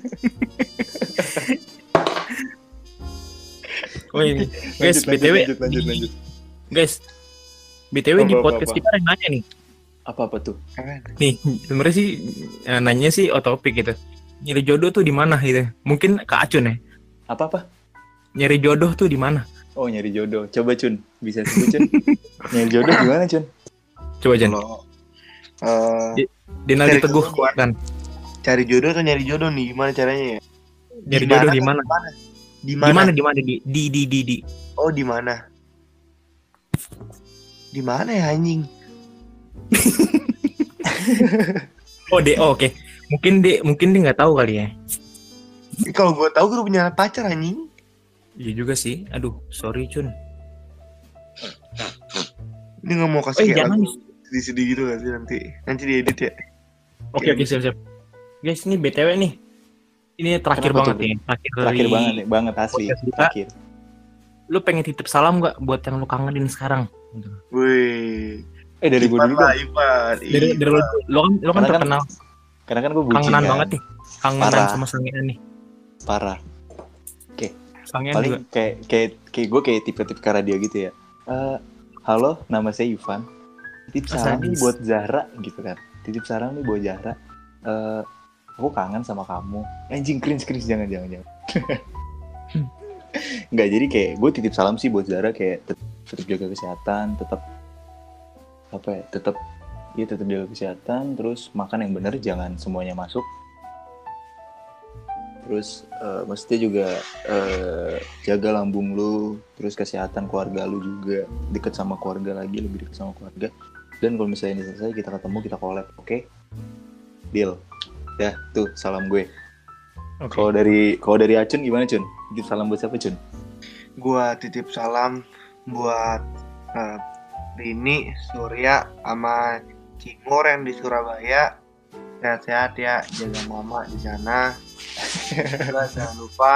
E: Oh ini guys,
C: Lanjut,
E: B T W
C: lanjut, lanjut, lanjut.
E: guys, B T W di
C: Apa, apa,
E: podcast
C: apa.
E: kita ada yang nanya nih.
C: Apa apa tuh?
B: Keren.
E: Nih, sebenarnya sih eh, nanya sih otopik gitu. Nyari jodoh tuh di mana gitu. Mungkin ke Acun ya.
C: Apa apa?
E: Nyari jodoh tuh di mana?
C: Oh nyari jodoh. Coba Cun, bisa sebut Cun. Nyari jodoh gimana Cun?
E: Coba Jan.
B: Kalau eh,
E: Dinaldi
B: Cari
E: Teguh
B: jodoh.
E: kan.
B: cari jodoh atau nyari jodoh nih gimana caranya ya?
E: Nyari
B: Di mana
E: jodoh di
B: kan?
E: mana?
B: Di
E: Di
B: mana?
E: mana di mana di di di di di.
B: Oh di mana? Di mana ya anjing?
E: Oh, de oh, oke. Mungkin de mungkin dia nggak tahu kali ya.
B: Eh, Kalau gue tahu gue udah punya pacar anjing.
E: Iya juga sih. Aduh, sorry Cun.
B: Ini nggak mau kasih
E: Eh,
B: kayak
E: jangan.
B: lagu sedih-sedih gitu gak sih nanti? Nanti diedit ya.
E: Oke oke siap siap. Guys, ini B T W nih. Ini terakhir
C: Kenapa
E: banget
C: tuh,
E: nih. Terakhir,
C: Terakhir
E: dari-
C: banget nih, banget asli.
E: podcast kita.
C: Terakhir.
E: Lu pengen titip salam nggak buat yang lu kangenin sekarang? Gitu.
B: Wih.
C: Eh dari gue
B: Ipan
C: dulu
B: lah,
C: dong.
B: Ipan.
E: Dari
B: Ipan.
E: dari lu, lu kan lu kan
C: Karena kan
E: terkenal
C: Karena kan gue bucin
E: kangenan
C: kan.
E: banget nih. Kangenan
C: Parah.
E: sama sangean nih.
C: Parah.
E: Sangean
C: Paling
E: juga.
C: kayak kayak kayak gue kayak tipe-tipe ke radio gitu ya. Eh, halo, nama saya Ivan. Titip salam nih
E: Sadis.
C: buat Zahra gitu kan. Titip salam nih buat Zahra. Eh, aku kangen sama kamu. Anjing cringe cringe jangan jangan jangan. Enggak jadi kayak gue titip salam sih buat Zahra kayak tet- tetap jaga kesehatan, tetap apa ya, tetap ya tetap jaga kesehatan, terus makan yang benar, jangan semuanya masuk. Terus eh, maksudnya juga eh, jaga lambung lu, terus kesehatan keluarga lu juga, deket sama keluarga lagi, lebih deket sama keluarga. Dan kalau misalnya ini selesai kita ketemu kita collab, oke? Deal. Dah tuh salam gue.
E: Oke.
C: Kalau dari kalau dari Acun gimana Cun? Titip salam buat siapa Cun?
B: Gua titip salam buat eh, Rini, Surya, sama Cimur yang di Surabaya. Sehat-sehat ya, jaga mama di sana. Juga jangan lupa.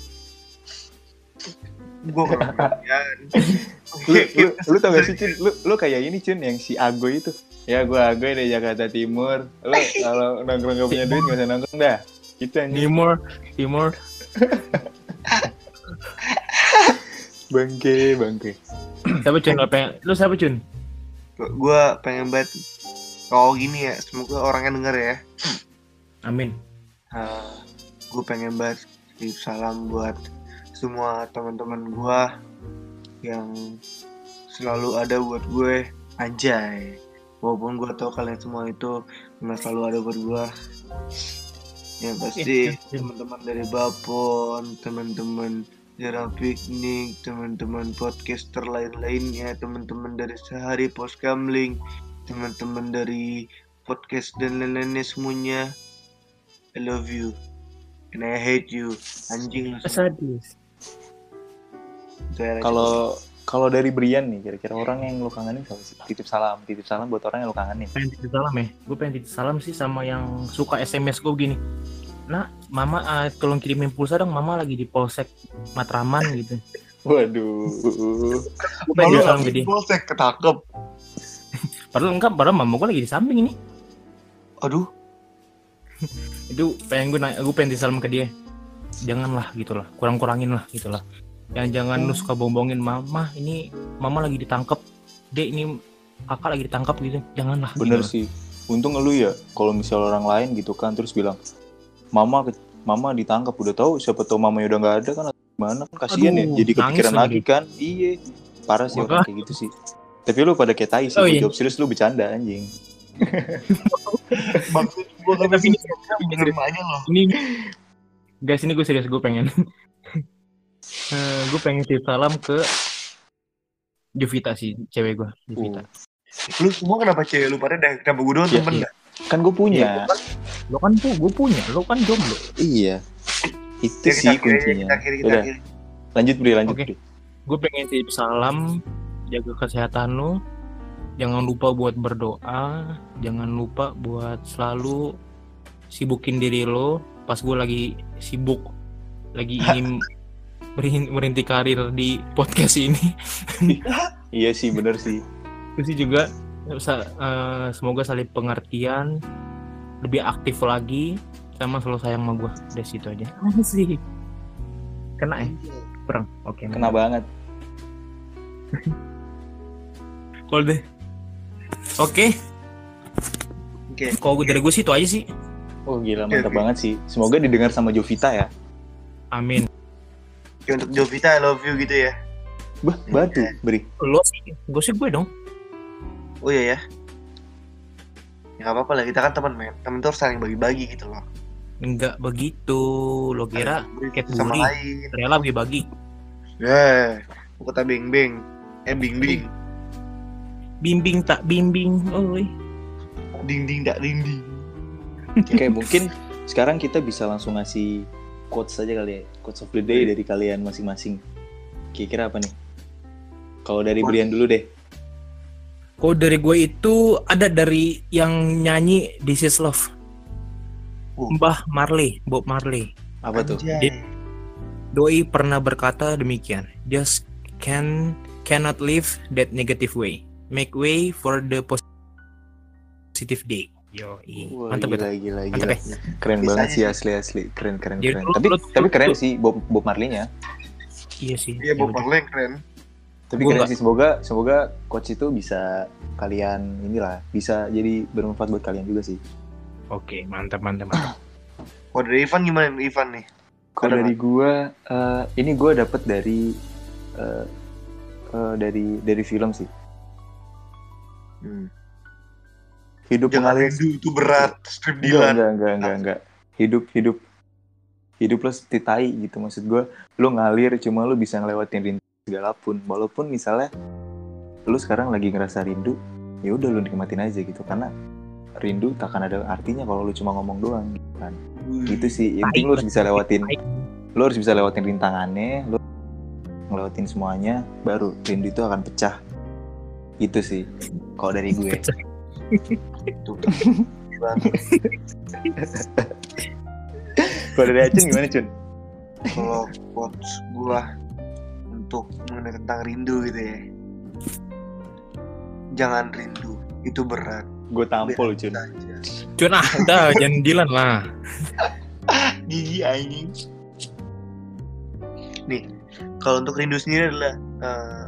B: Gua kemudian.
C: Lu, lu, lu tau gak sih Cun? Lu, lu kayak ini Cun yang si Agoy itu. Ya gue Agoy dari Jakarta Timur. Lu kalau nongkrong gak punya duit gak usah nongkrong dah. Itu anjing.
E: Timur, Timur.
C: Bangke, bangke.
E: Siapa Cun? Lu pengen lu siapa Cun?
B: Gua pengen banget. Kalau gini ya, semoga orangnya denger ya.
E: Amin.
B: Uh, gue pengen banget titip salam buat semua teman-teman gue yang selalu ada buat gue, anjay. Walaupun gue tahu kalian semua itu nggak selalu ada buat gue. Ya pasti teman-teman dari Bapon, teman-teman jarang piknik, teman-teman podcaster lain-lainnya, teman-teman dari Sehari Poskamling, teman-teman dari podcast dan lain-lainnya semuanya. I love you and I hate you. Anjing lu semua.
E: Sadis.
C: Kalau kalau dari Brian nih, kira-kira orang yang lu kangenin siapa sih? Titip salam, titip salam buat orang yang lu kangenin.
E: Pengen titip salam ya, gue pengen titip salam sih sama yang suka S M S gue gini. Nah, mama uh, tolong kirimin pulsa dong, mama lagi di Polsek Matraman gitu.
C: Waduh.
E: Gue pengen titip salam ke dia.
B: Polsek ketangkep.
E: Padahal enggak, padahal mama gue lagi di samping ini.
B: Aduh.
E: Itu pengen gue, gue pengen titip salam ke dia. Janganlah gitulah, kurang-kurangin lah gitulah. Yang jangan lu suka bohong-bohongin mama, ini mama lagi ditangkap. Dek, ini kakak lagi ditangkap gitu. Janganlah.
C: Bener
E: gitu.
C: sih. Untung lu ya, kalau misal orang lain gitu kan terus bilang, "Mama mama ditangkap." Udah tahu siapa tahu mama udah enggak ada kan gimana kan kasihan ya. Jadi kepikiran lagi kan. Iya. Parah sih orang kayak gitu sih. Tapi lu pada kayak tai sih, oh, iya. Jawab serius lu bercanda anjing.
B: Maksud gua kan tapi bener aja loh.
E: Ini guys, ini gue serius, gue pengen Uh, gue pengen titip salam ke Jovita sih, cewek gue, Jovita.
B: Uh. Lu semua kenapa cewek lu pada dah? Kenapa gue doang
C: ya,
B: temen
C: iya.
B: dah?
C: Kan gue punya.
E: Lo kan tuh, gue punya. Lo kan jomblo.
C: Iya. Itu
B: ya,
C: sih
B: kita
C: kuncinya.
B: Kita kiri, kita
C: Udah.
B: kiri.
C: Lanjut Bri, lanjut
E: okay.
C: Bri.
E: Gue pengen titip salam, jaga kesehatan lo. Jangan lupa buat berdoa. Jangan lupa buat selalu sibukin diri lo. Pas gue lagi sibuk, lagi ingin merinti karir di podcast ini.
C: Iya sih, bener sih.
E: Terus sih juga uh, semoga saling pengertian, lebih aktif lagi, sama selalu sayang sama gue. Udah situ aja. Apa sih? Kena ya? Kurang? Oke. Okay,
C: kena mantap. Banget.
E: Cool deh. Oke.
B: Oke.
E: Kalau dari gue sih itu aja sih.
C: Oh gila, mantap okay. banget sih. Semoga didengar sama Jovita ya.
E: Amin.
B: Oke, untuk Jovita, I love you gitu ya.
C: Bah, batu, ya. Beri.
E: Lo sih, gue sih gue dong.
B: Oh iya ya. Ya gak apa-apa lah, kita kan teman men. Temen tuh harus saling bagi-bagi gitu loh.
E: Enggak begitu. Lo kira cat
B: sama
E: buri
B: lain.
E: rela bagi-bagi.
B: Ya, yeah. Kata beng-beng. Eh, bing-bing.
E: Bimbing tak bimbing. Oi.
B: Ding-ding tak ding-ding.
C: Kayak mungkin sekarang kita bisa langsung ngasih quotes aja kali ya, quotes of the day dari kalian masing-masing. Kira-kira apa nih? Kalau dari Brian dulu deh.
E: Kalau dari gue itu ada dari yang nyanyi This Is Love. Uh. Mbah Marley, Bob Marley.
C: Apa tuh?
B: Anjay.
E: Doi pernah berkata demikian. Just can cannot live that negative way. Make way for the positive day. Yo,
C: wah,
E: mantap
C: gila,
E: betul.
C: Gila,
E: mantap
C: gila.
E: Ya?
C: Keren
B: bisa
C: banget sih
B: aja.
C: asli asli, keren keren
E: Jadi,
C: keren.
E: lu,
C: tapi
E: lu,
C: tapi
E: lu,
C: keren
E: lu.
C: sih Bob Bob Marley-nya.
E: Iya sih.
B: Iya, Bob Marley keren.
C: Tapi
E: Gua
C: keren
E: enggak.
C: sih, semoga semoga coach itu bisa kalian inilah, bisa jadi bermanfaat buat kalian juga sih.
E: Oke, mantap mantap mantap.
B: Kalau dari Ivan gimana Ivan nih?
C: Kalau dari gua uh, ini gua dapet dari uh, uh, dari dari film sih.
B: Hmm.
C: Hidup
B: Jangan
C: mengalir
B: rindu itu berat, strip
C: enggak,
B: Dylan.
C: enggak, enggak, enggak, enggak. Hidup, hidup, hidup lo seperti tai gitu. Maksud gue, lo ngalir cuma lo bisa ngelewatin rindu segala pun. Walaupun misalnya lo sekarang lagi ngerasa rindu, ya udah lo nikmatin aja gitu. Karena rindu tak akan ada artinya kalau lo cuma ngomong doang gitu kan. Gitu sih, yang penting lo harus bisa lewatin, lo harus bisa lewatin rintangannya, lo ngelewatin semuanya, baru rindu itu akan pecah. Gitu sih, kalau dari gue.
B: Tuh.
C: Kalau dari Acun gimana Cun?
B: Kalau quotes gua untuk mengenai tentang rindu gitu ya, jangan rindu itu berat.
C: Gue tampol Cun.
E: Cun ah, dah jangan Dylan lah.
B: Gigi anjing. Nih, kalau untuk rindu sendiri adalah uh,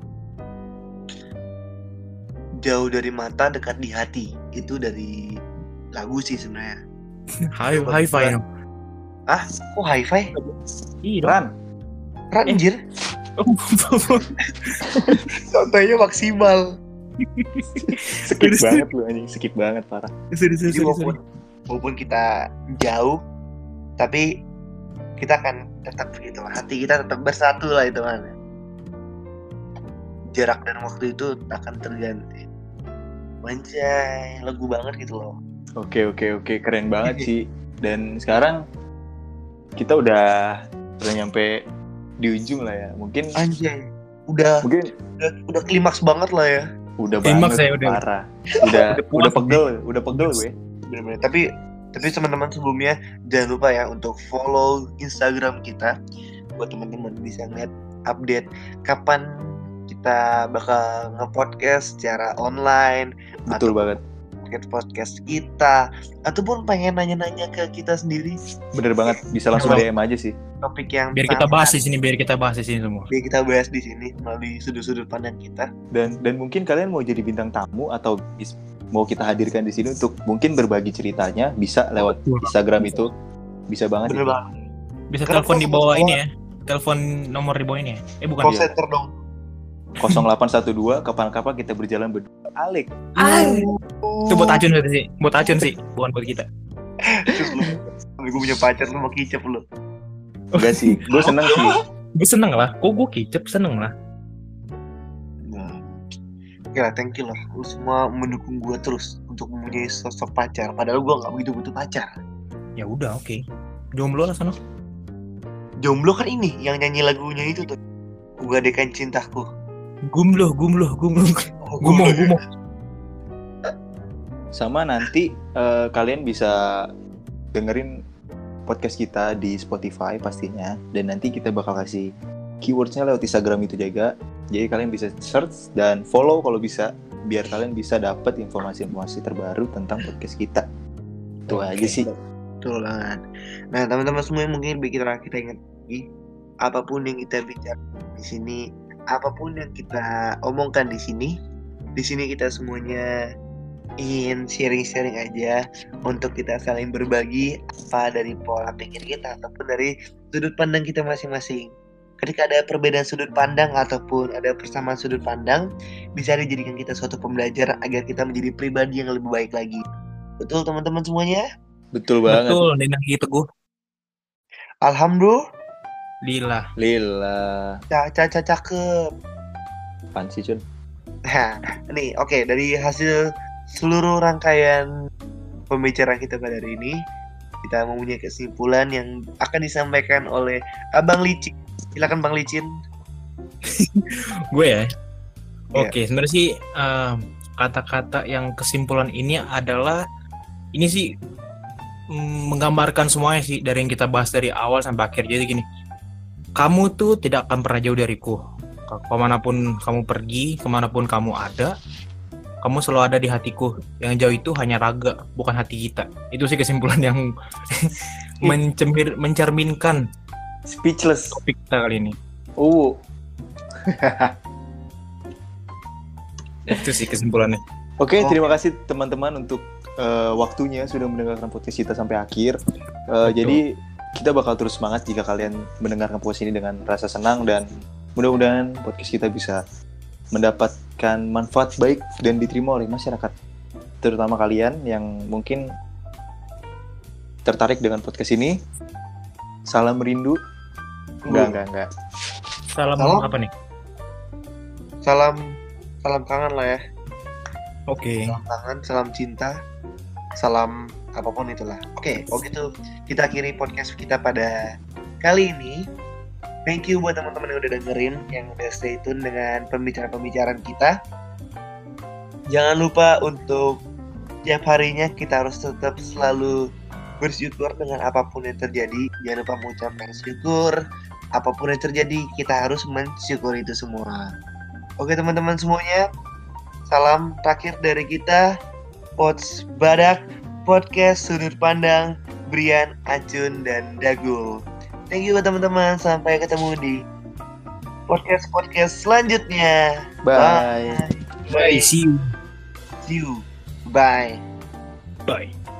B: jauh dari mata, dekat di hati. Itu dari lagu sih sebenarnya.
E: Hi, hi-fi.
B: Ah, kok hi-fi?
E: Iya.
C: Ran.
B: Ran anjir. Contohnya maksimal.
C: Skip banget lu anjing, skip banget parah.
B: Jadi walaupun, walaupun kita jauh, tapi kita akan tetap gitu lah. Hati kita tetap bersatu lah itu kan. Jarak dan waktu itu akan terganti. Anjay, lagu banget gitu loh.
C: Oke oke oke, keren banget sih. Dan sekarang kita udah udah nyampe di ujung lah ya. Mungkin
B: Anjay, udah
C: mungkin
B: udah, udah klimaks banget lah ya.
C: udah
E: Klimaks
C: banget
E: ya, udah.
C: parah. Udah
E: Udah puas
C: udah pegel, udah pegel gue.
B: Bener-bener. Tapi tapi teman-teman sebelumnya jangan lupa ya untuk follow Instagram kita buat teman-teman bisa ngeliat update kapan kita bakal nge-podcast secara online.
C: Betul
B: atau
C: banget.
B: podcast kita ataupun pengen nanya-nanya ke kita sendiri
C: Bener banget, bisa langsung
E: Bener.
C: D M aja sih.
B: topik yang
E: Biar kita
B: sama,
E: bahas di sini, biar kita bahas di sini semua.
B: biar kita bahas di sini melalui sudut-sudut pandang kita.
C: Dan dan mungkin kalian mau jadi bintang tamu atau bis- mau kita hadirkan di sini untuk mungkin berbagi ceritanya, bisa lewat
E: Betul.
C: Instagram itu. Bisa banget
B: Bener
C: itu.
B: banget.
E: Bisa
B: Karena
E: telepon
B: gua
E: di bawah
B: sempat
E: ini ya. Telepon nomor di bawah ini ya. Eh bukan
B: Call
E: dia.
B: center dong.
C: nol delapan satu dua kapan-kapan kita berjalan berdua. Alik.
E: Itu buat acun sih. Buat acun sih, bukan buat kita.
B: Terus lu, gue punya pacar lu mau kicep lu.
C: Enggak sih, gue seneng sih.
E: Gue seneng lah. Kok gue kicep seneng lah.
B: Nah, oke lah, thank you lah. Lu semua mendukung gue terus untuk mempunyai sosok pacar. Padahal gue nggak begitu butuh pacar.
E: Ya udah, oke. Jomblo lah sana.
B: Jomblo kan ini yang nyanyi lagunya itu tuh. Kugadekan cintaku.
E: Gumloh, gumloh, gumloh.
B: Oh,
E: Gumoh, gumoh.
C: Sama nanti eh, kalian bisa dengerin podcast kita di Spotify pastinya. Dan nanti kita bakal kasih keywordsnya lewat Instagram itu juga. Jadi kalian bisa search dan follow kalau bisa, biar kalian bisa dapat informasi-informasi terbaru tentang podcast kita. Itu
E: Oke.
C: aja sih.
B: Betul banget. Nah, teman-teman semua yang mungkin bikin kita ingat lagi, apapun yang kita bicara di sini, apapun yang kita omongkan di sini, di sini kita semuanya ingin sharing-sharing aja untuk kita saling berbagi apa dari pola pikir kita ataupun dari sudut pandang kita masing-masing. Ketika ada perbedaan sudut pandang ataupun ada persamaan sudut pandang, bisa dijadikan kita suatu pembelajaran agar kita menjadi pribadi yang lebih baik lagi. Betul teman-teman semuanya?
C: Betul banget.
E: Betul, Nina gitu gue.
B: Alhamdulillah,
E: Lila.
C: Lila.
B: caca cakep.
C: Apaan sih, Cun?
B: Nah, nih oke dari hasil seluruh rangkaian pembicaraan kita pada hari ini, kita mempunyai kesimpulan yang akan disampaikan oleh Abang Licin. Silakan Bang Licin.
E: Gue ya.
B: Iya.
E: Oke, sebenarnya sih eh, kata-kata yang kesimpulan ini adalah ini sih mm, menggambarkan semuanya sih dari yang kita bahas dari awal sampai akhir. Jadi gini, kamu tuh tidak akan pernah jauh dariku. Kemanapun kamu pergi, kemanapun kamu ada, kamu selalu ada di hatiku. Yang jauh itu hanya raga, bukan hati kita. Itu sih kesimpulan yang mencemir, mencerminkan
C: Speechless.
E: topik kita kali ini.
C: Oh.
E: Itu sih kesimpulannya.
C: Oke,
B: Oh.
C: terima kasih teman-teman untuk eh, waktunya sudah mendengarkan podcast kita sampai akhir. Eh, jadi kita bakal terus semangat jika kalian mendengarkan podcast ini dengan rasa senang, dan mudah-mudahan podcast kita bisa mendapatkan manfaat baik dan diterima oleh masyarakat, terutama kalian yang mungkin tertarik dengan podcast ini. Salam rindu. Enggak, enggak, enggak.
E: Salam,
B: Salam.
E: apa nih?
B: Salam salam kangen lah ya.
E: Oke.
B: Salam kangen, salam cinta, salam apapun itulah. Oke, oh gitu kita akhiri podcast kita pada kali ini. Thank you buat teman-teman yang udah dengerin, yang udah stay tune dengan pembicaraan-pembicaraan kita. Jangan lupa untuk tiap harinya kita harus tetap selalu bersyukur dengan apapun yang terjadi. Jangan lupa mengucapkan syukur. Apapun yang terjadi, kita harus mensyukuri itu semua. Oke teman-teman semuanya, salam terakhir dari kita, Pots Badak, podcast sudut pandang Brian, Acun, dan Dagul. Thank you teman-teman, sampai ketemu di podcast-podcast selanjutnya.
C: Bye.
B: Bye.
E: See you.
B: See you. Bye.
E: Bye.